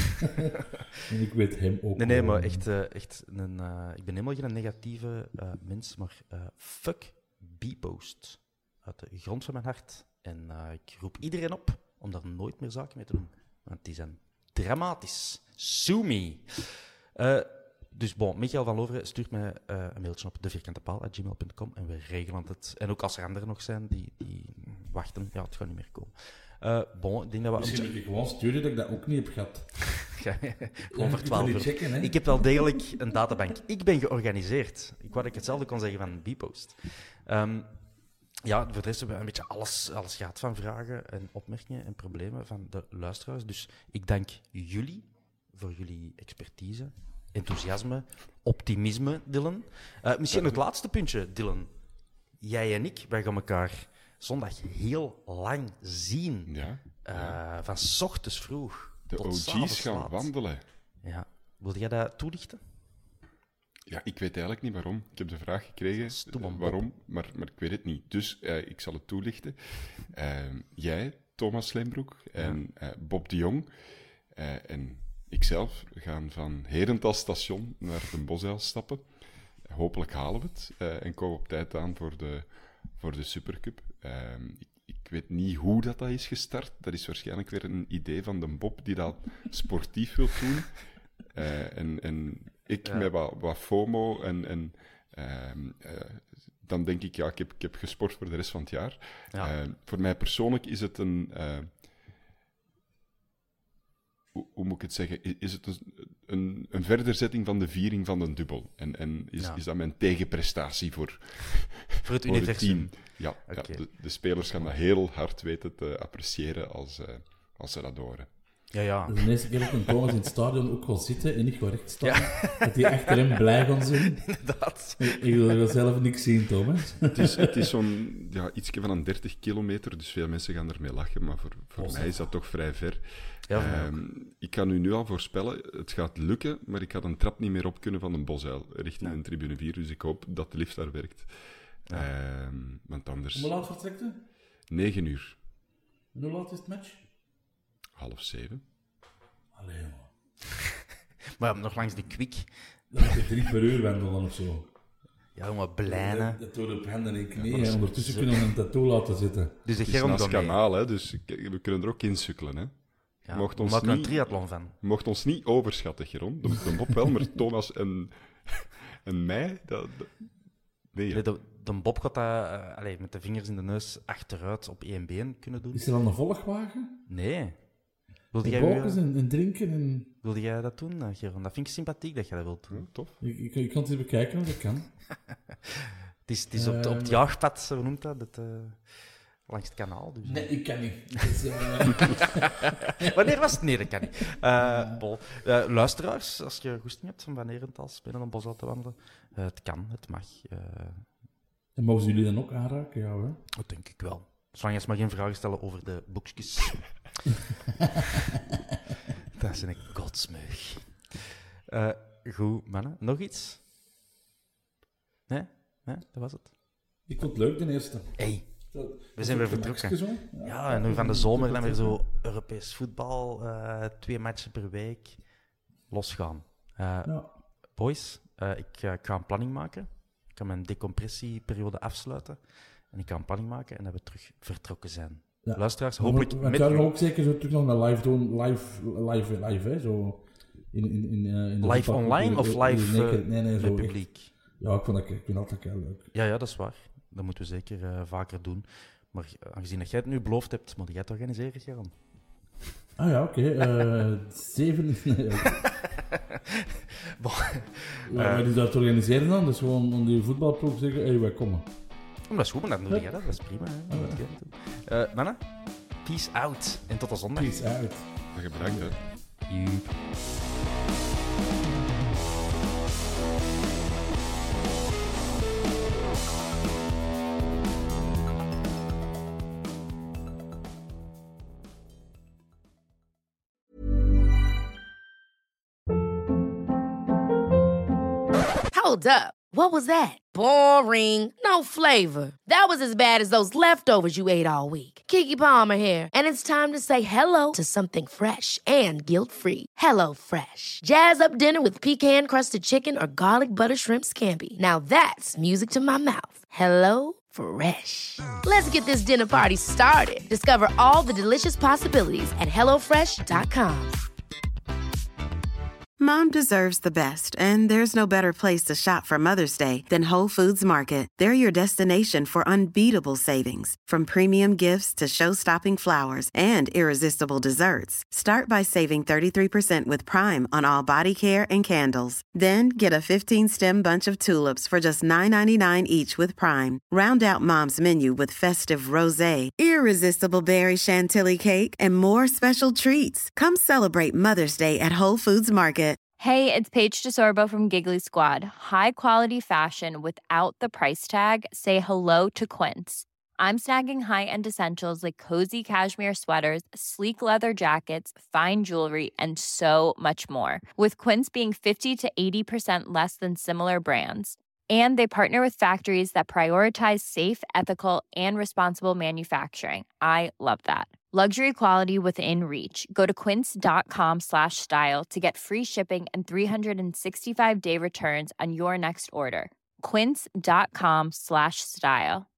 En ik weet hem ook. Nee, nee, maar echt, uh, echt een, uh, ik ben helemaal geen negatieve uh, mens, maar uh, fuck Bpost. Uit de grond van mijn hart. En uh, ik roep iedereen op om daar nooit meer zaken mee te doen. Want die zijn dramatisch. Sue me. Uh, dus bon, Michael van Loveren stuurt mij uh, een mailtje op de vierkante paal at gmail punt com en we regelen het. En ook als er anderen nog zijn die, die wachten, ja, het gaat niet meer komen. Uh, bon, ik denk dat we... Misschien moet ik gewoon sturen dat ik dat ook niet heb gehad. Gewoon voor twaalf euro. Checken, ik heb wel degelijk een databank. Ik ben georganiseerd. Ik wou dat ik hetzelfde kon zeggen van Bpost. Um, ja, voor de rest hebben we een beetje alles, alles gehad van vragen en opmerkingen en problemen van de luisteraars. Dus ik dank jullie voor jullie expertise, enthousiasme, optimisme, Dylan. Uh, misschien het laatste puntje, Dylan. Jij en ik, wij gaan elkaar... zondag heel lang zien. Ja, ja. Uh, van 's ochtends vroeg de tot O G's gaan laat. wandelen. Ja. Wil jij dat toelichten? Ja, ik weet eigenlijk niet waarom. Ik heb de vraag gekregen uh, waarom, maar, maar ik weet het niet. Dus uh, ik zal het toelichten. Uh, jij, Thomas Lembroek en uh, Bob de Jong uh, en ikzelf gaan van Herentals station naar Den Bosuil stappen. Uh, hopelijk halen we het uh, en komen op tijd aan voor de voor de Supercup. Uh, ik, ik weet niet hoe dat, dat is gestart. Dat is waarschijnlijk weer een idee van de Bob die dat sportief wil doen. Uh, en, en ik ja. met wat, wat FOMO en, en uh, uh, dan denk ik, ja, ik heb, ik heb gesport voor de rest van het jaar. Ja. Uh, voor mij persoonlijk is het een... Uh, hoe, hoe moet ik het zeggen? Is het een, een, een verderzetting van de viering van de dubbel? En, en is, ja. is dat mijn tegenprestatie voor... Voor het universum. Het ja, okay. ja de, de spelers gaan dat heel hard weten te appreciëren als, uh, als ze dat horen. Ja, ja. Dus de eerste keer dat een Thomas in het stadion ook wel zitten en niet gewoon recht staan. Ja. Dat die achter hem blij gaan zijn. Inderdaad. Ik, ik wil zelf niks zien, Thomas. Het is, het is zo'n ja, ietsje van een dertig kilometer, dus veel mensen gaan ermee lachen, maar voor, voor oh, mij is dat toch vrij ver. Ja, um, ik kan u nu al voorspellen, het gaat lukken, maar ik ga een trap niet meer op kunnen van een Bosuil richting ja. een tribune vier, dus ik hoop dat de lift daar werkt. Ja. Um, want anders... Hoe laat vertrekt u? Negen uur. En hoe laat is het match? Half zeven. Allee, jongen. Maar nog langs de kwik. Dan moet je drie per uur wandelen of zo. Ja, jongen, blijnen. Dat doet op handen en knieën. Ja, ondertussen kunnen we een tattoo laten zitten. Dus de het is naast kanaal, hè, dus we kunnen er ook in sukkelen. Hè. Ja, mocht ons niet, een triathlon van. Mocht ons niet overschatten, Geron. De, de Bob wel, maar Thomas en, en mij... Dat, dat, nee, ja. de, de Bob gaat dat uh, allez, met de vingers in de neus achteruit op één been kunnen doen. Is er dan een volgwagen? Nee. Wilde jij uh, en, en drinken en... Wilde jij dat doen, uh, Geron? Dat vind ik sympathiek dat jij dat wilt doen. Ja, tof. Ik, ik, ik kan het eens bekijken, dat kan. het is, het is uh, op, op het jaagpad, hoe noemt dat? Het, uh, langs het kanaal. Dus, nee, ik kan niet. Dus, uh... Wanneer was het? Nee, dat kan niet. Uh, bol. Uh, luisteraars, als je goesting hebt om van Herentals binnen een bos uit te wandelen, uh, het kan, het mag. Uh... En mogen jullie dan ook aanraken? Ja, hè? Dat denk ik wel. Zolang je maar geen vragen stellen over de boekjes. Dat is een godsmeug. Uh, goed, mannen. Nog iets? Nee? Nee, dat was het. Ik vond het leuk, de eerste. Hey, We zijn weer vertrokken. Ja, ja, en nu van de zomer dan weer zo Europees voetbal, uh, twee matchen per week, losgaan. Uh, ja. Boys, uh, ik, uh, ik ga een planning maken. Ik ga mijn decompressieperiode afsluiten. En ik ga een planning maken en dat we terug vertrokken zijn. Ja. Luisteraars, hopelijk we, we met u. We gaan ook zeker zo terug nog naar live doen. Live, live, live, hè. Zo in, in, in, uh, in live online of live uh, nee, nee, zo publiek? Echt. Ja, ik vind dat, ik vind dat ook heel leuk. Ja, ja, dat is waar. Dat moeten we zeker uh, vaker doen. Maar uh, aangezien dat jij het nu beloofd hebt, moet jij het organiseren, Geron? Ah ja, oké. Okay. Uh, zeven... bon, ja, uh, die dat organiseren dan? Dus gewoon om die voetbalploeg zeggen, hé, hey, wij komen. Oh, dat is goed, maar dan doe jij dat. Dat is prima. Hè? Oh, ja. uh, Nana, peace out. En tot de zondag. Peace out. Dat je bedankt, hè. Joep. Hold up. What was that? Boring. No flavor. That was as bad as those leftovers you ate all week. Keke Palmer here, and it's time to say hello to something fresh and guilt-free. Hello Fresh. Jazz up dinner with pecan-crusted chicken or garlic butter shrimp scampi. Now that's music to my mouth. Hello Fresh. Let's get this dinner party started. Discover all the delicious possibilities at hello fresh dot com. Mom deserves the best, and there's no better place to shop for Mother's Day than Whole Foods Market. They're your destination for unbeatable savings, from premium gifts to show-stopping flowers and irresistible desserts. Start by saving thirty-three percent with Prime on all body care and candles. Then get a fifteen-stem bunch of tulips for just nine ninety-nine each with Prime. Round out Mom's menu with festive rosé, irresistible berry chantilly cake, and more special treats. Come celebrate Mother's Day at Whole Foods Market. Hey, it's Paige DeSorbo from Giggly Squad. High quality fashion without the price tag. Say hello to Quince. I'm snagging high-end essentials like cozy cashmere sweaters, sleek leather jackets, fine jewelry, and so much more. With Quince being fifty to eighty percent less than similar brands. And they partner with factories that prioritize safe, ethical, and responsible manufacturing. I love that. Luxury quality within reach. Go to quince.com slash style to get free shipping and three sixty-five day returns on your next order. Quince.com slash style.